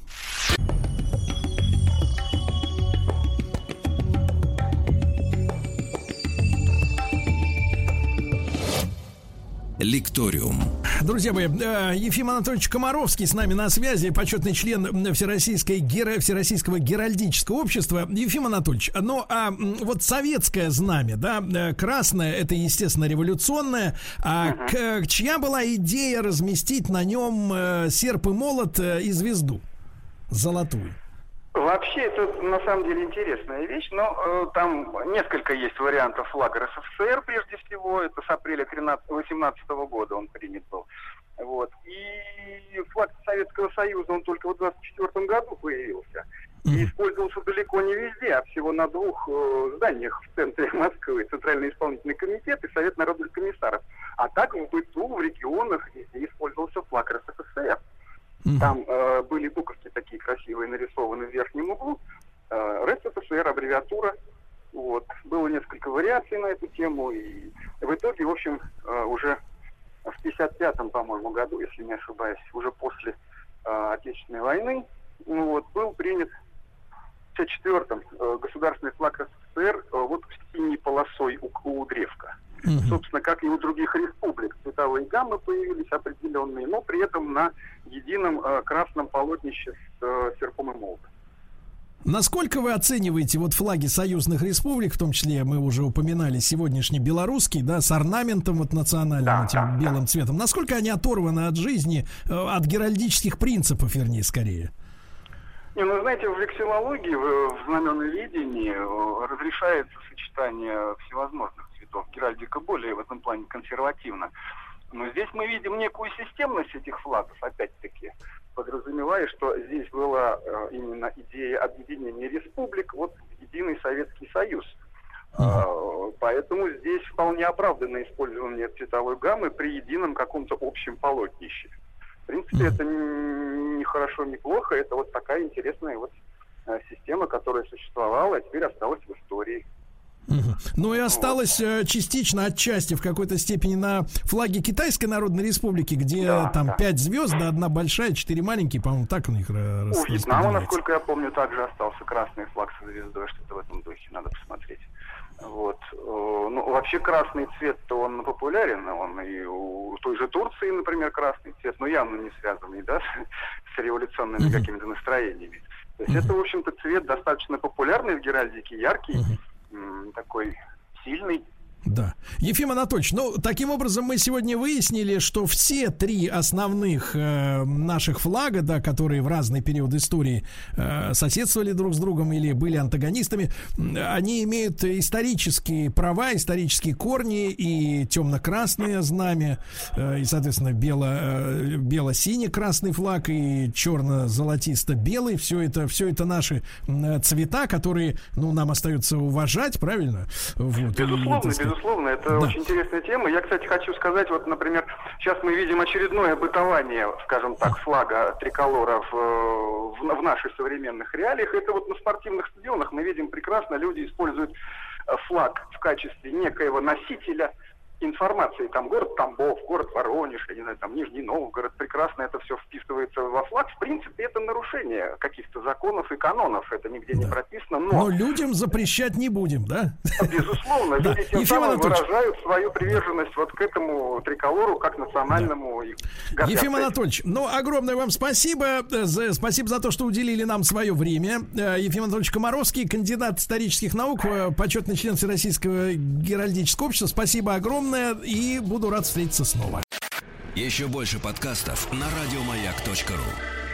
Лекториум. Друзья мои, Ефим Анатольевич Комаровский с нами на связи, почетный член Всероссийского геральдического общества. Ефим Анатольевич, ну а вот советское знамя, да, красное, это, естественно, революционное. Чья была идея разместить на нем серп и молот и звезду золотую? Вообще, это на самом деле интересная вещь, но там несколько есть вариантов флага РСФСР, прежде всего, это с апреля 2018 года он принят был. Вот. И флаг Советского Союза, он только в 24 году появился. И использовался далеко не везде, а всего на 2 зданиях в центре Москвы. Центральный исполнительный комитет и Совет народных комиссаров. А так в быту, в регионах везде использовался флаг РСФСР. Там были буковки такие красивые нарисованы в верхнем углу. РСФСР, аббревиатура. Вот. Было несколько вариаций на эту тему. И в итоге, в общем, уже в 55-м, по-моему, году, если не ошибаюсь, уже после Отечественной войны, вот, был принят в 54-м государственный флаг РСФСР вот с синей полосой у древка. Собственно, как и у других республик, цветовые гаммы появились определенные, но при этом на едином красном полотнище с серпом и молотом. Насколько вы оцениваете вот флаги союзных республик, в том числе мы уже упоминали сегодняшний белорусский, да, с орнаментом вот национальным, этим белым цветом, насколько они оторваны от жизни, от геральдических принципов, вернее, скорее? Ну, знаете, в вексилологии, в знаменоведении разрешается сочетание всевозможных цветов. Геральдика более в этом плане консервативна. Но здесь мы видим некую системность этих флагов, опять-таки, подразумевая, что здесь была именно идея объединения республик вот в единый Советский Союз. Поэтому здесь вполне оправданно использование цветовой гаммы при едином каком-то общем полотнище. В принципе, это не хорошо, не плохо. Это вот такая интересная вот система, которая существовала, а теперь осталась в истории. Ну и осталось частично, отчасти, в какой-то степени на флаге Китайской Народной Республики, где там 5 звезд, да, одна большая, 4 маленькие, по-моему, так у них распределяется. У Вьетнама, насколько я помню, также остался красный флаг со звездой, что-то в этом духе, надо посмотреть. Вот. Ну, вообще красный цвет-то он популярен, он и у той же Турции, например, красный цвет, но явно не связанный, да, с революционными какими-то настроениями. То есть это, в общем-то, цвет достаточно популярный в геральдике, яркий, такой сильный. Да. Ефим Анатольевич, ну, таким образом мы сегодня выяснили, что все 3 основных наших флага, да, которые в разный период истории соседствовали друг с другом или были антагонистами, они имеют исторические права, исторические корни, и темно-красное знамя, и, соответственно, бело-синий-красный флаг, и черно-золотисто-белый. Все это наши цвета, которые, ну, нам остается уважать, правильно? Вот. Безусловно, это очень интересная тема. Я, кстати, хочу сказать, вот, например, сейчас мы видим очередное бытование, скажем так, флага триколора в наших современных реалиях. Это вот на спортивных стадионах мы видим прекрасно, люди используют флаг в качестве некоего носителя информации. Там город Тамбов, город Воронеж, я не знаю, там Нижний Новгород. Прекрасно это все вписывается во флаг. В принципе, это нарушение каких-то законов и канонов. Это нигде не прописано. Но людям запрещать не будем, да? Безусловно. Люди тем самым выражают свою приверженность вот к этому триколору как национальному. Ефим Анатольевич, ну, огромное вам спасибо. Спасибо за то, что уделили нам свое время. Ефим Анатольевич Комаровский, кандидат исторических наук, почетный член Всероссийского геральдического общества. Спасибо огромное. И буду рад встретиться снова. Еще больше подкастов на радиомаяк.ру.